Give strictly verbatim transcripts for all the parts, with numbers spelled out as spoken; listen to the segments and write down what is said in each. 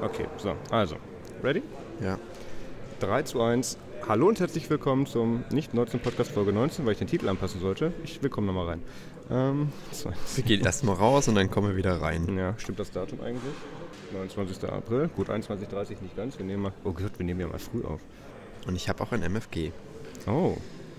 Okay, so, also, ready? Ja. drei, zwei, eins, hallo und herzlich willkommen zum nicht neunzehn Podcast Folge neunzehn, weil ich den Titel anpassen sollte. Ich willkommen nochmal rein. Ähm, wir gehen erstmal raus und dann kommen wir wieder rein. Ja, stimmt das Datum eigentlich? neunundzwanzigster April, gut, einundzwanzig Uhr dreißig nicht ganz, wir nehmen mal, oh Gott, wir nehmen ja mal früh auf. Und ich habe auch ein M F G. Oh,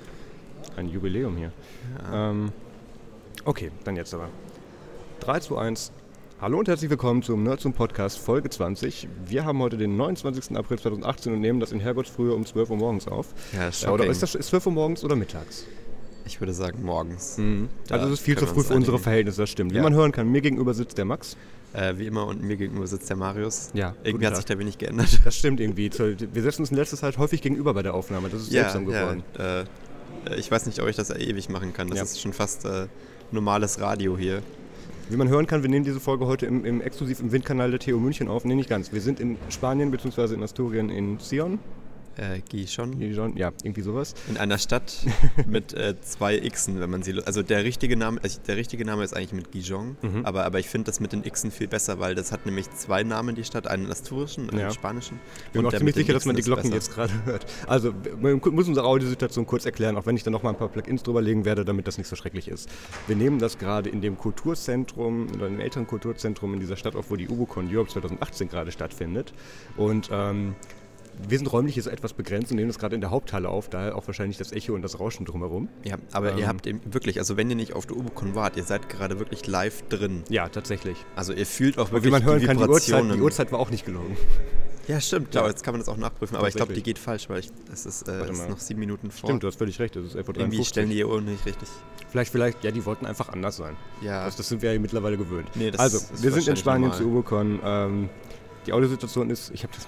ein Jubiläum hier. Ja. Ähm, okay, dann jetzt aber. drei, zwei, eins, hallo und herzlich willkommen zum Nerds und Podcast Folge zwanzig. Wir haben heute den neunundzwanzigsten April zweitausendachtzehn und nehmen das in Herrgottsfrühe um zwölf Uhr morgens auf. Ja, ist ja, oder ist das ist zwölf Uhr morgens oder mittags? Ich würde sagen morgens. Mhm. Also es ist viel zu früh für unsere Verhältnisse, das stimmt. Ja. Wie man hören kann, mir gegenüber sitzt der Max. Äh, wie immer, und mir gegenüber sitzt der Marius. Ja, irgendwie hat sich da wenig geändert. Das stimmt irgendwie. Wir setzen uns in letzter Zeit häufig gegenüber bei der Aufnahme. Das ist ja, seltsam geworden. Ja, äh, ich weiß nicht, ob ich das ewig machen kann. Das ja. ist schon fast äh, normales Radio hier. Wie man hören kann, wir nehmen diese Folge heute im, im exklusiv im Windkanal der T U München auf. Nee, nicht ganz. Wir sind in Spanien bzw. in Asturien in Sion. Äh, Gijon. Gijon, ja, irgendwie sowas. In einer Stadt mit äh, zwei Xen, wenn man sie... Also der richtige Name, also der richtige Name ist eigentlich mit Gijon, mhm. aber, aber ich finde das mit den Xen viel besser, weil das hat nämlich zwei Namen, die Stadt, einen asturischen, einen ja. spanischen. Ich bin auch ziemlich sicher, dass man die Glocken jetzt gerade hört. Also man muss unsere Audiosituation kurz erklären, auch wenn ich dann noch mal ein paar Plugins drüber legen werde, damit das nicht so schrecklich ist. Wir nehmen das gerade in dem Kulturzentrum, oder im älteren Kulturzentrum in dieser Stadt auf, wo die UbuCon Europe zweitausendachtzehn gerade stattfindet. Und ähm, wir sind räumlich jetzt etwas begrenzt und nehmen das gerade in der Haupthalle auf, daher auch wahrscheinlich das Echo und das Rauschen drumherum. Ja, aber ähm, ihr habt eben wirklich, also wenn ihr nicht auf der UbuCon wart, ihr seid gerade wirklich live drin. Ja, tatsächlich. Also ihr fühlt auch aber wirklich wie man hören die kann, die Vibrationen. Uhrzeit, die Uhrzeit war auch nicht gelogen. Ja, stimmt, ja. Jetzt kann man das auch nachprüfen, aber ich glaube, die geht falsch, weil ich, es ist, äh, es ist noch sieben Minuten vor. Stimmt, du hast völlig recht, es ist elf Uhr dreiundfünfzig. Irgendwie stellen die Uhr nicht richtig. Vielleicht, vielleicht, ja, die wollten einfach anders sein. Ja. Das, das sind wir ja mittlerweile gewöhnt. Nee, das also, ist wir sind in Spanien normal. zur UbuCon. Ähm, die Audiosituation ist, ich habe das...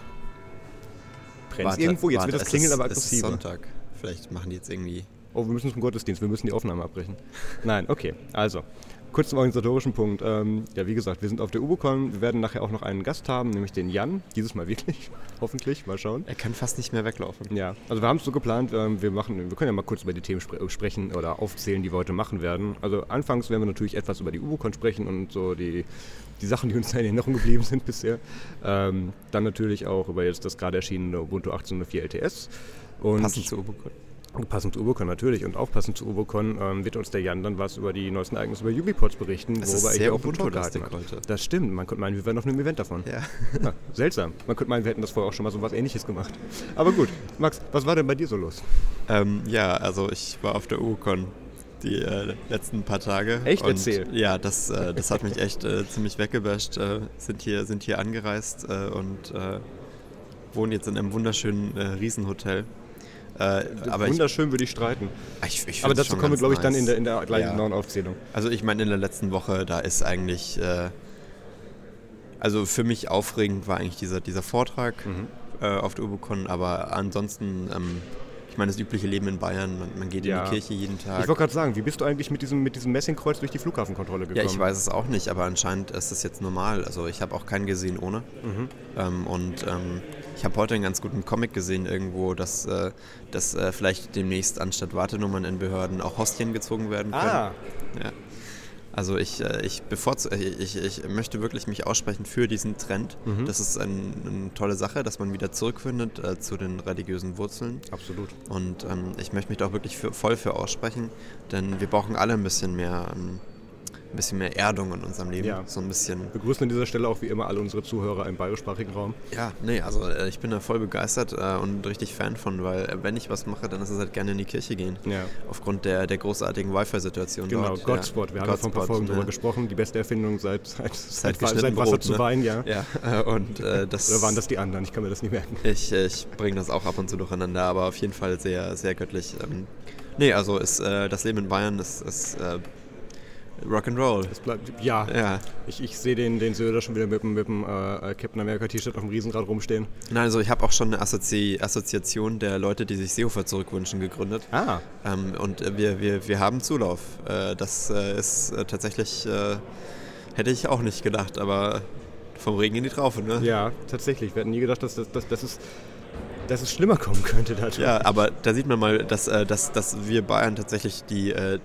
Warte, irgendwo, jetzt warte, wird das klingeln, aber aggressiver. Es ist Sonntag, vielleicht machen die jetzt irgendwie... Oh, wir müssen zum Gottesdienst, wir müssen die Aufnahme abbrechen. Nein, okay, also, kurz zum organisatorischen Punkt. Ähm, ja, wie gesagt, wir sind auf der UbuCon, wir werden nachher auch noch einen Gast haben, nämlich den Jan, dieses Mal wirklich, hoffentlich, mal schauen. Er kann fast nicht mehr weglaufen. Ja, also wir haben es so geplant, ähm, wir machen, wir können ja mal kurz über die Themen spre- sprechen oder aufzählen, die wir heute machen werden. Also anfangs werden wir natürlich etwas über die UbuCon sprechen und so die... die Sachen, die uns in Erinnerung geblieben sind bisher. Ähm, dann natürlich auch über jetzt das gerade erschienene Ubuntu achtzehn Punkt null vier L T S. Und passend zu UbuCon. Passend zu UbuCon natürlich. Und auch passend zu UbuCon ähm, wird uns der Jan dann was über die neuesten Ereignisse über UbiPods berichten. Das ist sehr Ubuntu-lastig heute. Das stimmt. Man könnte meinen, wir wären auf einem Event davon. Ja. Ja, seltsam. Man könnte meinen, wir hätten das vorher auch schon mal so was Ähnliches gemacht. Aber gut. Max, was war denn bei dir so los? Ähm, ja, also ich war auf der UbuCon die äh, letzten paar Tage. Echt? Und Erzähl. Ja, das, äh, das hat mich echt äh, ziemlich weggebasht. Äh, sind, hier, sind hier angereist äh, und äh, wohnen jetzt in einem wunderschönen äh, Riesenhotel. Äh, aber Wunderschön ich, würde ich streiten. Ich, ich aber dazu kommen wir, glaube ich, nice. dann in der, in der gleich ja. genauen Aufzählung. Also ich meine, in der letzten Woche, da ist eigentlich... Äh, also für mich aufregend war eigentlich dieser, dieser Vortrag mhm. äh, auf der UbuCon, aber ansonsten... Ähm, Ich meine, das übliche Leben in Bayern, man, man geht ja. in die Kirche jeden Tag. Ich wollte gerade sagen, wie bist du eigentlich mit diesem, mit diesem Messingkreuz durch die Flughafenkontrolle gekommen? Ja, ich weiß es auch nicht, aber anscheinend ist das jetzt normal. Also ich habe auch keinen gesehen ohne. Mhm. Ähm, und ähm, ich habe heute einen ganz guten Comic gesehen irgendwo, dass, äh, dass äh, vielleicht demnächst anstatt Wartenummern in Behörden auch Hostien gezogen werden können. Ah. Ja. Also ich, ich, bevorzu- ich, ich möchte wirklich mich aussprechen für diesen Trend. Mhm. Das ist ein, eine tolle Sache, dass man wieder zurückfindet äh, zu den religiösen Wurzeln. Absolut. Und ähm, ich möchte mich da auch wirklich für, voll für aussprechen, denn wir brauchen alle ein bisschen mehr, ähm, ein bisschen mehr Erdung in unserem Leben. Ja. So ein bisschen. Wir begrüßen an dieser Stelle auch wie immer alle unsere Zuhörer im bayerischsprachigen Raum. Ja, nee, also äh, ich bin da voll begeistert äh, und richtig Fan von, weil äh, wenn ich was mache, dann ist es halt gerne in die Kirche gehen. Ja. Aufgrund der, der großartigen Wi-Fi-Situation genau, dort. Genau, Godspot. Ja. Wir haben ja vor ein paar Folgen drüber gesprochen. Die beste Erfindung seit, seit, seit, seit, seit Wasser Brot, zu ne? Wein, ja. ja äh, und, äh, das Oder waren das die anderen? Ich kann mir das nicht merken. Ich, ich bringe das auch ab und zu durcheinander, aber auf jeden Fall sehr, sehr göttlich. Ähm, nee, also ist, äh, das Leben in Bayern ist, ist äh, Rock'n'Roll. Ja, ja. ich, ich sehe den, den Söder schon wieder mit dem, mit dem äh, Captain America T-Shirt auf dem Riesenrad rumstehen. Nein, also ich habe auch schon eine Assozi- Assoziation der Leute, die sich Seehofer zurückwünschen, gegründet. Ah. Ähm, und äh, wir, wir, wir haben Zulauf. Äh, das äh, ist äh, tatsächlich, äh, hätte ich auch nicht gedacht, aber vom Regen in die Traufe, ne? Ja, tatsächlich. Wir hätten nie gedacht, dass das, das, das ist... dass es schlimmer kommen könnte. Dadurch. Ja, aber da sieht man mal, dass, äh, dass, dass wir Bayern tatsächlich die, äh, die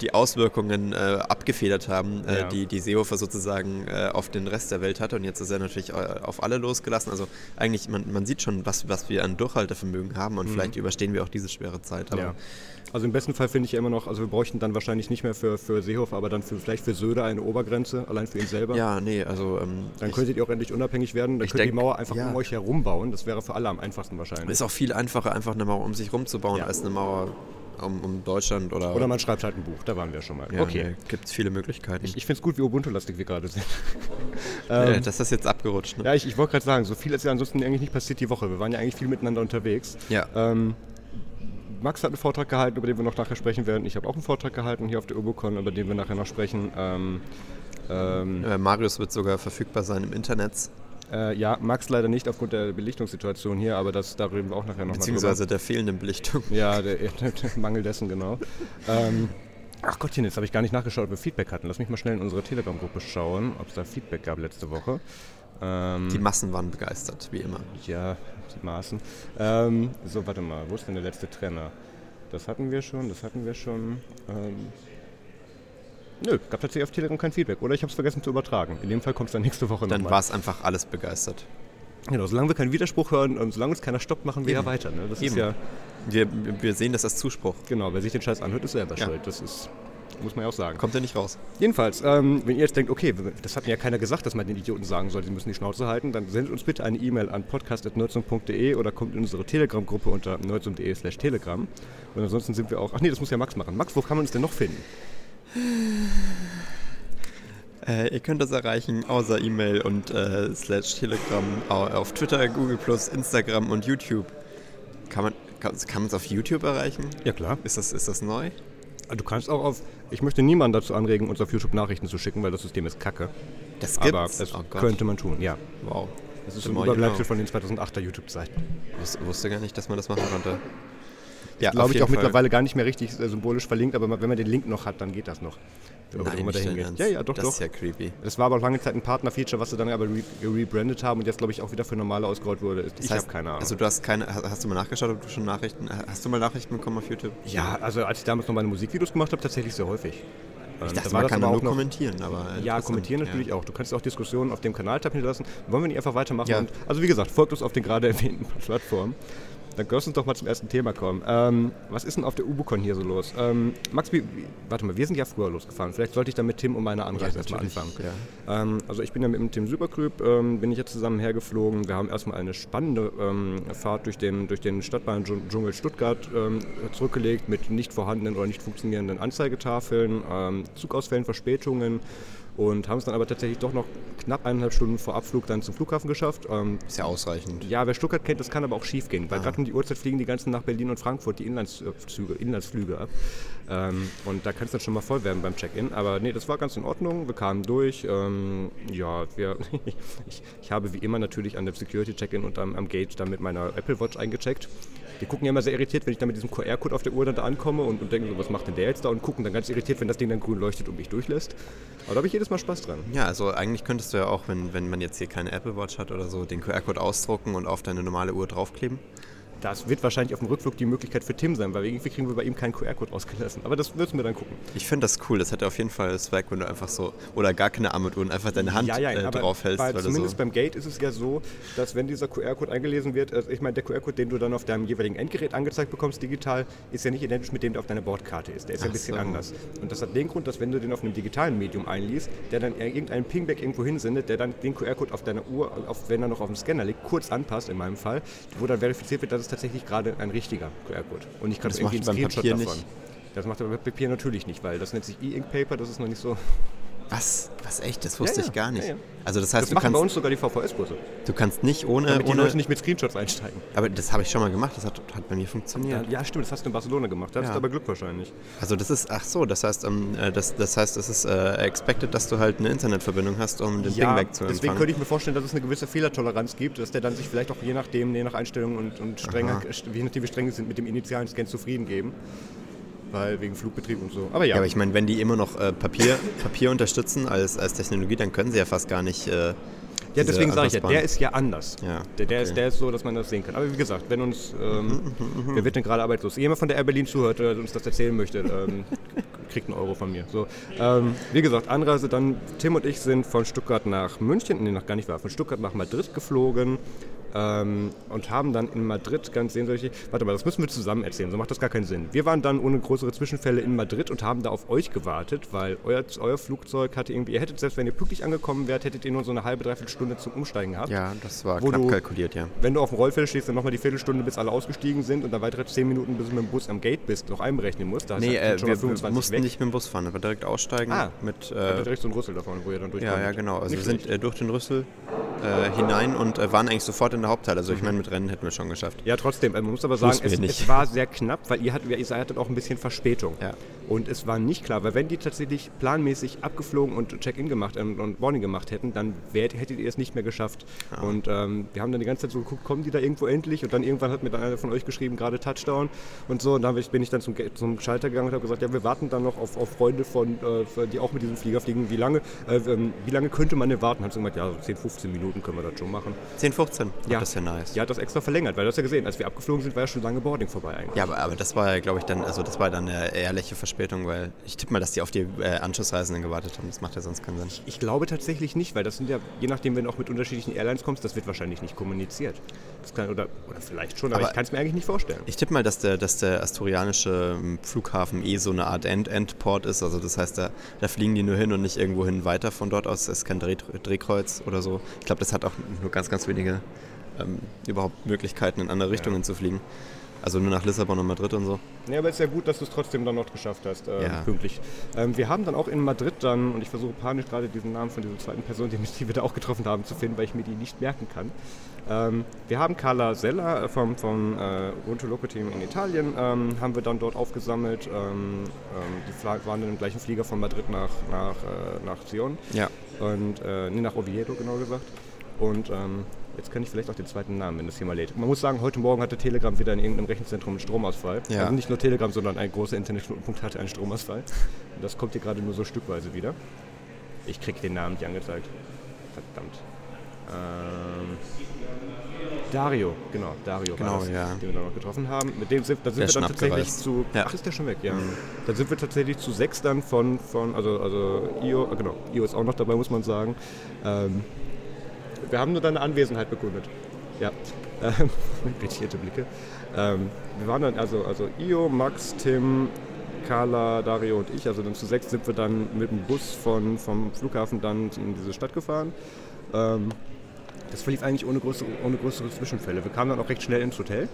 die Auswirkungen äh, abgefedert haben, äh, ja. die, die Seehofer sozusagen äh, auf den Rest der Welt hatte. Und jetzt ist er natürlich äh, auf alle losgelassen. Also eigentlich, man, man sieht schon, was, was wir an Durchhaltevermögen haben und mhm. vielleicht überstehen wir auch diese schwere Zeit. Aber ja. Also im besten Fall finde ich ja immer noch, also wir bräuchten dann wahrscheinlich nicht mehr für, für Seehofer, aber dann für, vielleicht für Söder eine Obergrenze, allein für ihn selber. Ja, nee, also... Ähm, dann könntet ihr auch endlich unabhängig werden, dann könnt ihr die Mauer einfach ja. um euch herum bauen, das wäre für alle am einfachsten wahrscheinlich. Es ist auch viel einfacher, einfach eine Mauer um sich rumzubauen, ja. als eine Mauer um, um Deutschland oder... Oder man schreibt halt ein Buch, da waren wir schon mal. Ja, okay. Nee, gibt es viele Möglichkeiten. Ich, ich finde es gut, wie Ubuntu-lastig wir gerade sind. ähm, ja, das ist jetzt abgerutscht, ne? Ja, ich, ich wollte gerade sagen, so viel ist ja ansonsten eigentlich nicht passiert die Woche. Wir waren ja eigentlich viel miteinander unterwegs. Ja. Ähm, Max hat einen Vortrag gehalten, über den wir noch nachher sprechen werden. Ich habe auch einen Vortrag gehalten hier auf der UboCon, über den wir nachher noch sprechen. Ähm, ähm, äh, Marius wird sogar verfügbar sein im Internet. Äh, ja, Max leider nicht aufgrund der Belichtungssituation hier, aber das, da reden wir auch nachher nochmal drüber. Beziehungsweise der fehlenden Belichtung. Ja, der, der, der Mangel dessen, genau. ähm, ach Gottchen, jetzt habe ich gar nicht nachgeschaut, ob wir Feedback hatten. Lass mich mal schnell in unsere Telegram-Gruppe schauen, ob es da Feedback gab letzte Woche. Ähm, die Massen waren begeistert, wie immer. Ja, die Maßen. Ähm, so, warte mal, wo ist denn der letzte Trenner? Das hatten wir schon, das hatten wir schon. Ähm, nö, gab tatsächlich auf Telegram kein Feedback. Oder ich habe es vergessen zu übertragen. In dem Fall kommt es dann nächste Woche nochmal. Dann war es einfach alles begeistert. Genau, solange wir keinen Widerspruch hören und solange uns keiner stoppt, machen wir Eben. ja weiter. Ne? Das Eben. ist ja. Wir, wir sehen das als Zuspruch. Genau, wer sich den Scheiß anhört, ist selber ja. schuld. Das ist, muss man ja auch sagen. Kommt ja nicht raus. Jedenfalls, ähm, wenn ihr jetzt denkt, okay, das hat mir ja keiner gesagt, dass man den Idioten sagen soll, sie müssen die Schnauze halten, dann sendet uns bitte eine E-Mail an podcast at nerdsum punkt de oder kommt in unsere Telegram-Gruppe unter nerdsum punkt de slash telegram. Und ansonsten sind wir auch, ach nee, das muss ja Max machen. Max, wo kann man uns denn noch finden? Äh, ihr könnt das erreichen, außer E-Mail und äh, slash Telegram auf Twitter, Google plus, Instagram und YouTube. Kann man kann, kann man es auf YouTube erreichen? Ja, klar. Ist das, ist das neu? Du kannst auch auf, ich möchte niemanden dazu anregen, uns auf YouTube Nachrichten zu schicken, weil das System ist kacke. Das gibt's? Aber das oh könnte man tun, ja. Wow. Das ist so ein Überbleibsel von den zweitausendachter YouTube-Zeiten. Ich wusste gar nicht, dass man das machen konnte. Ja, glaube ich auch Fall. Mittlerweile gar nicht mehr richtig äh, symbolisch verlinkt, aber wenn man den Link noch hat, dann geht das noch. Nein, nicht dein Ernst. Ja, ja, doch, das doch. ist ja creepy. Das war aber lange Zeit ein Partner-Feature, was sie dann aber re- rebrandet haben und jetzt, glaube ich, auch wieder für normale ausgerollt wurde. Ich das heißt, habe keine Ahnung. Also du hast keine, hast du mal nachgeschaut, ob du schon Nachrichten, hast du mal Nachrichten bekommen auf YouTube? Ja, also als ich damals noch meine Musikvideos gemacht habe, tatsächlich sehr häufig. Ich dachte, man kann da nur kommentieren, aber... Ja, kommentieren natürlich ja. auch. Du kannst auch Diskussionen auf dem Kanal-Tab hinterlassen. Wollen wir nicht einfach weitermachen? Ja. Und, also wie gesagt, folgt uns auf den gerade erwähnten Plattformen. Dann lass uns doch mal zum ersten Thema kommen. Ähm, was ist denn auf der UboCon hier so los? Ähm, Max, wie, wie, warte mal, wir sind ja früher losgefahren. Vielleicht sollte ich dann mit Tim und meiner Anreise ja, erstmal anfangen. Ja. Ähm, also ich bin ja mit dem Team Supergroup, ähm, bin ich jetzt zusammen hergeflogen. Wir haben erstmal eine spannende ähm, Fahrt durch den, durch den Stadtbahn-Dschungel Stuttgart ähm, zurückgelegt mit nicht vorhandenen oder nicht funktionierenden Anzeigetafeln, ähm, Zugausfällen, Verspätungen. Und haben es dann aber tatsächlich doch noch knapp eineinhalb Stunden vor Abflug dann zum Flughafen geschafft. Ähm, ist ja ausreichend. Ja, wer Stuttgart kennt, das kann aber auch schief gehen, weil gerade um die Uhrzeit fliegen die ganzen nach Berlin und Frankfurt die Inlandszüge, Inlandsflüge ab. Ähm, und da kann es dann schon mal voll werden beim Check-in. Aber nee, das war ganz in Ordnung, wir kamen durch. Ähm, ja, wir, ich, ich habe wie immer natürlich an der Security-Check-in und am, am Gate dann mit meiner Apple Watch eingecheckt. Die gucken ja immer sehr irritiert, wenn ich dann mit diesem Q R-Code auf der Uhr dann da ankomme und, und denken so, was macht denn der jetzt da? Und gucken dann ganz irritiert, wenn das Ding dann grün leuchtet und mich durchlässt. Aber da habe ich jedes Mal Spaß dran. Ja, also eigentlich könntest du ja auch, wenn, wenn man jetzt hier keine Apple Watch hat oder so, den Q R-Code ausdrucken und auf deine normale Uhr draufkleben. Das wird wahrscheinlich auf dem Rückflug die Möglichkeit für Tim sein, weil irgendwie kriegen wir bei ihm keinen Q R-Code ausgelassen. Aber das müssen wir dann gucken. Ich finde das cool. Das hätte auf jeden Fall Swag, wenn du einfach so, oder gar keine Armbanduhr und einfach deine Hand ja, ja, äh, draufhältst. Weil zumindest so beim Gate ist es ja so, dass wenn dieser Q R-Code eingelesen wird, also ich meine, der Q R-Code, den du dann auf deinem jeweiligen Endgerät angezeigt bekommst, digital, ist ja nicht identisch mit dem, der auf deiner Bordkarte ist. Der ist ja ein bisschen so anders. Und das hat den Grund, dass wenn du den auf einem digitalen Medium einliest, der dann irgendeinen Pingback irgendwo hinsendet, der dann den Q R-Code auf deiner Uhr, auf, wenn er noch auf dem Scanner liegt, kurz anpasst, in meinem Fall, wo dann verifiziert wird, dass es tatsächlich gerade ein richtiger Q R-Code. Und ich kann das irgendwie einen Screenshot davon. Nicht. Das macht aber beim Papier natürlich nicht, weil das nennt sich E-Ink Paper, das ist noch nicht so... Was? Was echt? Das wusste ja, ja. ich gar nicht. Ja, ja. Also das heißt, das du machen kannst, bei uns sogar die V V S-Busse. Du kannst nicht ohne... Damit die ohne, Leute nicht mit Screenshots einsteigen. Aber das habe ich schon mal gemacht, das hat, hat bei mir funktioniert. Ja, ja, stimmt, das hast du in Barcelona gemacht, da ja. hast du aber Glück wahrscheinlich. Also das ist, ach so, das heißt, ähm, das, das heißt, es ist äh, expected, dass du halt eine Internetverbindung hast, um den ja, Pingback zu empfangen. Deswegen könnte ich mir vorstellen, dass es eine gewisse Fehlertoleranz gibt, dass der dann sich vielleicht auch je nachdem, je nach Einstellungen und, und strenger, je nachdem wie streng sie sind, mit dem initialen Scan zufrieden geben. Weil wegen Flugbetrieb und so. Aber ja. Ja, aber ich meine, wenn die immer noch äh, Papier, Papier unterstützen als, als Technologie, dann können sie ja fast gar nicht. Äh, ja, deswegen sage ich ja, der ist ja anders. Ja, der, der, okay. ist, der ist so, dass man das sehen kann. Aber wie gesagt, wenn uns, ähm, wer wird denn gerade arbeitslos? Jemand von der Air Berlin zuhört oder uns das erzählen möchte, ähm, kriegt einen Euro von mir. So, ähm, wie gesagt, Anreise dann, Tim und ich sind von Stuttgart nach München, nee, noch gar nicht wahr, von Stuttgart nach Madrid geflogen. Ähm, und haben dann in Madrid ganz sehnsüchtig, warte mal, das müssen wir zusammen erzählen, so macht das gar keinen Sinn. Wir waren dann ohne größere Zwischenfälle in Madrid und haben da auf euch gewartet, weil euer, euer Flugzeug hatte irgendwie, ihr hättet selbst, wenn ihr pünktlich angekommen wärt, hättet ihr nur so eine halbe, dreiviertel Stunde zum Umsteigen gehabt. Ja, das war knapp du, kalkuliert, ja. Wenn du auf dem Rollfeld stehst, dann nochmal die Viertelstunde, bis alle ausgestiegen sind und dann weitere zehn Minuten, bis du mit dem Bus am Gate bist, noch einberechnen musst. Da nee, äh, wir, wir mussten weg. nicht mit dem Bus fahren, aber direkt aussteigen. Ah, mit, äh, direkt so ein Rüssel davon, wo ihr dann durchkommt. Ja, ja, genau. Also nicht wir sind äh, durch den Rüssel äh, hinein und äh, waren eigentlich sofort in der Hauptteil. Also ich meine, mit Rennen hätten wir schon geschafft. Ja, trotzdem. Man muss aber sagen, es, es war sehr knapp, weil ihr hattet, ihr hattet auch ein bisschen Verspätung. Ja. Und es war nicht klar, weil wenn die tatsächlich planmäßig abgeflogen und Check-in gemacht und, und Boarding gemacht hätten, dann wär, hättet ihr es nicht mehr geschafft. Ja. Und ähm, wir haben dann die ganze Zeit so geguckt, kommen die da irgendwo endlich? Und dann irgendwann hat mir dann einer von euch geschrieben, gerade Touchdown und so. Und dann bin ich dann zum, zum Schalter gegangen und habe gesagt, ja, wir warten dann noch auf, auf Freunde von, äh, die auch mit diesem Flieger fliegen. Wie lange, äh, wie lange könnte man denn warten? Hat sie gesagt, ja, so zehn, fünfzehn Minuten können wir das schon machen. zehn, fünfzehn? Ja, das ist ja nice. Ja, hat das extra verlängert, weil du hast ja gesehen, als wir abgeflogen sind, war ja schon lange Boarding vorbei eigentlich. Ja, aber, aber das war ja, glaube ich, dann, also das war dann eine ehrliche Verspätung, weil ich tippe mal, dass die auf die äh, Anschlussreisenden gewartet haben. Das macht ja sonst keinen Sinn. Ich glaube tatsächlich nicht, weil das sind ja, je nachdem, wenn du auch mit unterschiedlichen Airlines kommst, das wird wahrscheinlich nicht kommuniziert. Das kann, oder, oder vielleicht schon, aber, aber ich kann es mir eigentlich nicht vorstellen. Ich tippe mal, dass der, dass der asturianische Flughafen eh so eine Art End Endport ist. Also das heißt, da, da fliegen die nur hin und nicht irgendwo hin weiter von dort aus. Es ist kein Dreh, Drehkreuz oder so. Ich glaube, das hat auch nur ganz, ganz wenige ähm, überhaupt Möglichkeiten, in andere Richtungen ja. zu fliegen. Also nur nach Lissabon und Madrid und so. Ja, aber es ist ja gut, dass du es trotzdem dann noch geschafft hast, ähm, ja. pünktlich. Ähm, wir haben dann auch in Madrid dann, und ich versuche panisch gerade diesen Namen von dieser zweiten Person, die, die wir da auch getroffen haben, zu finden, weil ich mir die nicht merken kann. Ähm, wir haben Carla Sella vom, vom äh, Ubuntu Loco Team in Italien, ähm, haben wir dann dort aufgesammelt. Ähm, ähm, die waren dann im gleichen Flieger von Madrid nach, nach, äh, nach Sion. Ja. Und, äh, nee, nach Oviedo genau gesagt. Und ähm, jetzt kann ich vielleicht auch den zweiten Namen, wenn das hier mal lädt. Man muss sagen, heute Morgen hatte Telegram wieder in irgendeinem Rechenzentrum einen Stromausfall. Ja. Also nicht nur Telegram, sondern ein großer Internetknotenpunkt hatte einen Stromausfall. Und das kommt hier gerade nur so stückweise wieder. Ich krieg den Namen nicht angezeigt. Verdammt. Ähm, Dario, genau, Dario genau, war das, ja. den wir da noch getroffen haben. Mit dem sind, da sind wir dann tatsächlich zu... Ja. Ach, ist der schon weg, ja. Mhm. Dann sind wir tatsächlich zu sechs dann von, von also, also I O, genau, I O ist auch noch dabei, muss man sagen. Ähm, Wir haben nur deine Anwesenheit bekundet. Ja, ähm, irritierte Blicke. Ähm, wir waren dann, also, also Io, Max, Tim, Carla, Dario und ich, also dann zu sechs sind wir dann mit dem Bus von, vom Flughafen dann in diese Stadt gefahren. Ähm, das verlief eigentlich ohne größere, ohne größere Zwischenfälle. Wir kamen dann auch recht schnell ins Hotel.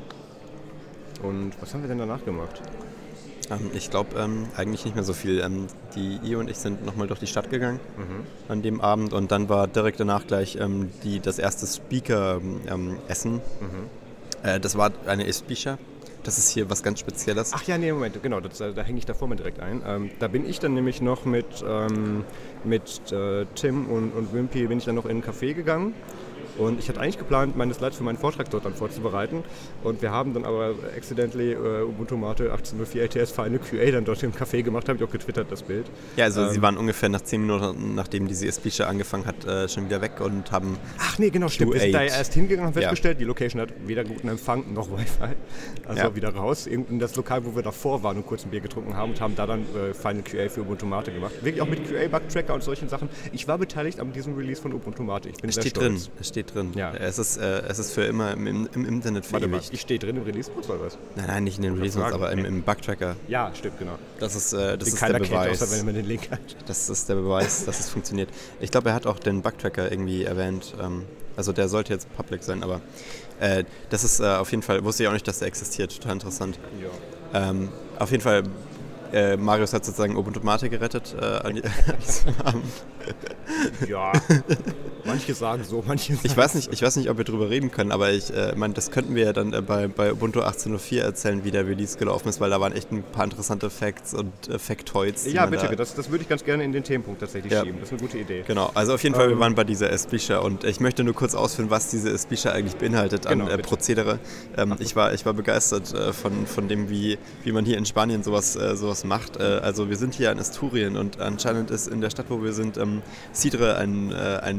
Und was haben wir denn danach gemacht? Ähm, ich glaube ähm, eigentlich nicht mehr so viel. Ähm, die Io und ich sind nochmal durch die Stadt gegangen mhm. an dem Abend und dann war direkt danach gleich ähm, die, das erste Speaker-Essen. Ähm, mhm. äh, das war eine Espisha. Das ist hier was ganz Spezielles. Ach ja, nee, Moment, genau, das, da hänge ich davor mal direkt ein. Ähm, da bin ich dann nämlich noch mit, ähm, mit äh, Tim und, und Wimpy bin ich dann noch in ein Café gegangen. Und ich hatte eigentlich geplant, meine Slides für meinen Vortrag dort dann vorzubereiten. Und wir haben dann aber accidentally äh, Ubuntu Mate achtzehn null vier L T S für eine Q A dann dort im Café gemacht, habe ich auch getwittert, das Bild. Ja, also ähm, sie waren ungefähr nach zehn Minuten, nachdem diese Espisha angefangen hat, äh, schon wieder weg und haben... Ach nee, genau, stimmt. Wir sind da erst hingegangen und festgestellt, ja. Die Location hat weder guten Empfang noch Wi-Fi. Also ja. wieder raus. In das Lokal, wo wir davor waren und kurz ein Bier getrunken haben und haben da dann äh, Final Q A für Ubuntu Mate gemacht. Wirklich auch mit Q A-Bug-Tracker und solchen Sachen. Ich war beteiligt an diesem Release von Ubuntu Mate. Ich bin es sehr steht stolz. drin, es steht drin. Ja. Es ist, äh, es ist für immer im, im Internet für Warte ewig. Mal, ich stehe drin im Release-Notes oder was? Nein, nein, nicht in den Release-Notes, aber im, im Bug-Tracker. Ja, stimmt, genau. Das ist, äh, das ist der Beweis. Kennt, außer wenn man den Link hat. Das ist der Beweis, dass es funktioniert. Ich glaube, er hat auch den Bug-Tracker irgendwie erwähnt. Ähm, also der sollte jetzt public sein, aber äh, das ist äh, auf jeden Fall, wusste ich auch nicht, dass der existiert. Total interessant. Ja. Ähm, auf jeden Fall, äh, Marius hat sozusagen Ubuntu Mate gerettet äh, an diesem Abend. Ja, manche sagen so, manche sagen ich weiß nicht, ich weiß nicht, ob wir drüber reden können, aber ich äh, meine, das könnten wir ja dann äh, bei, bei Ubuntu achtzehn null vier erzählen, wie der Release gelaufen ist, weil da waren echt ein paar interessante Facts und äh, Factoids. Ja, bitte, da das, das würde ich ganz gerne in den Themenpunkt tatsächlich ja. schieben. Das ist eine gute Idee. Genau, also auf jeden Fall, ähm, wir waren bei dieser Espisha und ich möchte nur kurz ausführen, was diese Espisha eigentlich beinhaltet genau, an äh, Prozedere. Ähm, ich, war, ich war begeistert äh, von, von dem, wie, wie man hier in Spanien sowas, äh, sowas macht. Äh, also wir sind hier in Asturien und anscheinend ist in der Stadt, wo wir sind, ähm, Sidre ein, äh, ein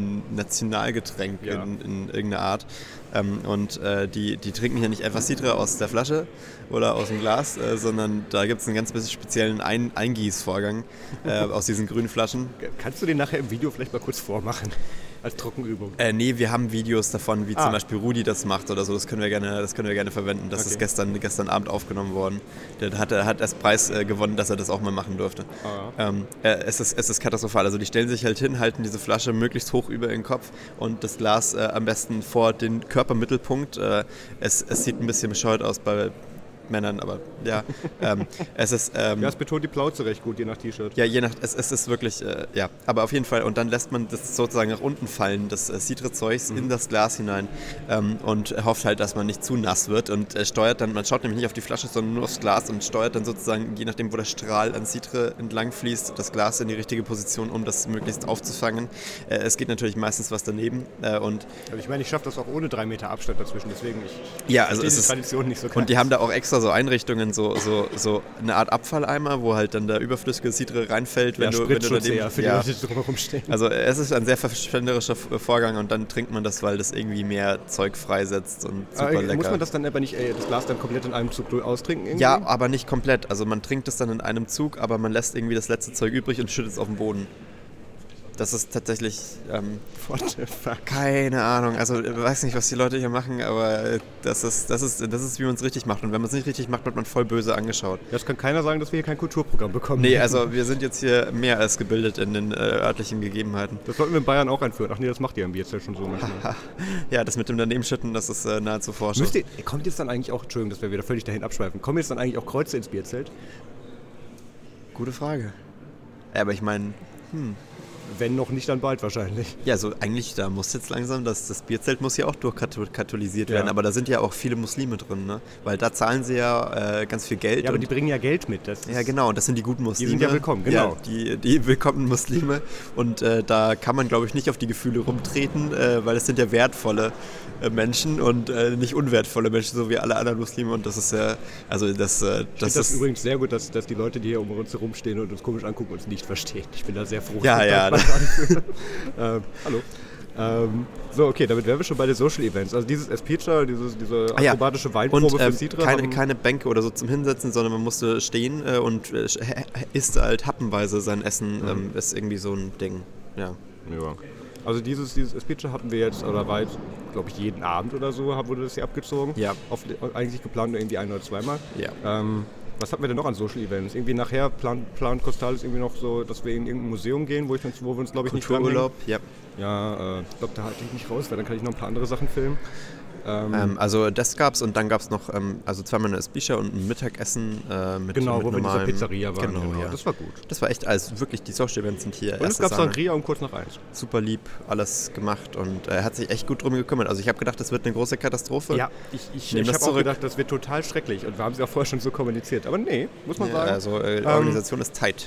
Nationalgetränk ja. in, in irgendeiner Art. Ähm, und äh, die, die trinken hier nicht einfach Cidre aus der Flasche oder aus dem Glas, äh, sondern da gibt es einen ganz bisschen speziellen Ein- Eingießvorgang äh, aus diesen grünen Flaschen. Kannst du den nachher im Video vielleicht mal kurz vormachen? Als Trockenübung? Äh, nee, wir haben Videos davon, wie ah. zum Beispiel Rudi das macht oder so. Das können wir gerne, das können wir gerne verwenden. Das okay. ist gestern, gestern Abend aufgenommen worden. Der hat, hat erst Preis äh, gewonnen, dass er das auch mal machen durfte. Ah, ja. ähm, äh, es, ist, es ist katastrophal. Also die stellen sich halt hin, halten diese Flasche möglichst hoch über den Kopf und das Glas äh, am besten vor den Körpermittelpunkt. Äh, es, es sieht ein bisschen bescheuert aus bei Männern, aber ja, ähm, es ist... Ähm, ja, es betont die Plauze recht gut, je nach T-Shirt. Ja, je nach, es, es ist wirklich, äh, ja, aber auf jeden Fall, und dann lässt man das sozusagen nach unten fallen, das äh, Cidre-Zeugs mhm. in das Glas hinein ähm, und hofft halt, dass man nicht zu nass wird und äh, steuert dann, man schaut nämlich nicht auf die Flasche, sondern nur aufs Glas und steuert dann sozusagen, je nachdem, wo der Strahl an Cidre entlang fließt, das Glas in die richtige Position, um das möglichst aufzufangen. Äh, es geht natürlich meistens was daneben äh, und... Aber ich meine, ich schaffe das auch ohne drei Meter Abstand dazwischen, deswegen ich ja, also es die ist, Tradition nicht so krass. Und die haben da auch extra so Einrichtungen, so, so, so eine Art Abfalleimer, wo halt dann der überflüssige Cidre reinfällt, wenn ja, du, wenn du daneben, eher für ja. die Leute, die drumherum stehen. Also es ist ein sehr verschwenderischer Vorgang und dann trinkt man das, weil das irgendwie mehr Zeug freisetzt und super aber, lecker. Muss man das dann aber nicht, ey, das Glas dann komplett in einem Zug austrinken irgendwie? Ja, aber nicht komplett. Also man trinkt es dann in einem Zug, aber man lässt irgendwie das letzte Zeug übrig und schüttet es auf den Boden. Das ist tatsächlich, ähm, what the fuck? Keine Ahnung, also ich weiß nicht, was die Leute hier machen, aber das ist, das ist, das ist wie man es richtig macht. Und wenn man es nicht richtig macht, wird man voll böse angeschaut. Ja, es kann keiner sagen, dass wir hier kein Kulturprogramm bekommen. Nee, also wir sind jetzt hier mehr als gebildet in den äh, örtlichen Gegebenheiten. Das sollten wir in Bayern auch einführen. Ach nee, das macht ihr im Bierzelt schon so manchmal. Ja, das mit dem Danebenschütten, das ist äh, nahezu Forschung. Müsst ihr, kommt jetzt dann eigentlich auch, Entschuldigung, dass wir wieder völlig dahin abschweifen, kommen jetzt dann eigentlich auch Kreuze ins Bierzelt? Gute Frage. Ja, aber ich meine, hm... Wenn noch nicht, dann bald wahrscheinlich. Ja, so eigentlich, da muss jetzt langsam, das, das Bierzelt muss ja auch durchkatholisiert werden, ja. Aber da sind ja auch viele Muslime drin, ne? Weil da zahlen sie ja äh, ganz viel Geld. Ja, aber die bringen ja Geld mit. Das ja, genau, und das sind die guten Muslime. Die sind ja willkommen, genau. Ja, die, die willkommenen Muslime und äh, da kann man, glaube ich, nicht auf die Gefühle rumtreten, äh, weil es sind ja wertvolle äh, Menschen und äh, nicht unwertvolle Menschen, so wie alle anderen Muslime und das ist ja, also das... Äh, ich das finde das ist übrigens sehr gut, dass, dass die Leute, die hier um uns herumstehen und uns komisch angucken, uns nicht verstehen. Ich bin da sehr froh. Ja, ja. ähm, hallo. Ähm, so, okay, damit wären wir schon bei den Social Events. Also dieses Espircha, dieses, diese akrobatische ah, ja. Weinprobe und, ähm, für Cidre. Keine, keine Bänke oder so zum Hinsetzen, sondern man musste stehen äh, und äh, isst halt happenweise sein Essen. Mhm. Ähm, ist irgendwie so ein Ding. Ja. Ja. Also dieses, dieses Espircha hatten wir jetzt, oder war jetzt, glaube ich, jeden Abend oder so, wurde das hier abgezogen. Ja. Auf, eigentlich geplant nur irgendwie ein oder zweimal. Ja. Ähm, Was hatten wir denn noch an Social Events? Irgendwie nachher plant, plant Costalis irgendwie noch so, dass wir in irgendein Museum gehen, wo, ich, wo wir uns, glaube ich, nicht dran Kultururlaub, ja. Ja, äh, ich glaube, da halte ich mich raus, weil dann kann ich noch ein paar andere Sachen filmen. Ähm, ähm, also das gab's und dann gab's noch ähm, also zweimal eine Espircha und ein Mittagessen äh, mit Genau, mit wo wir in dieser Pizzeria waren. Genau, genau. Ja. Das war gut. Das war echt, also wirklich, die Social Events sind hier. Und es gab Sangria um kurz nach eins. Super lieb, alles gemacht und er äh, hat sich echt gut drum gekümmert. Also ich habe gedacht, das wird eine große Katastrophe. Ja, ich, ich, ich habe auch gedacht, das wird total schrecklich und wir haben es ja vorher schon so kommuniziert. Aber nee, muss man ja, sagen. Also äh, die Organisation ähm, ist tight.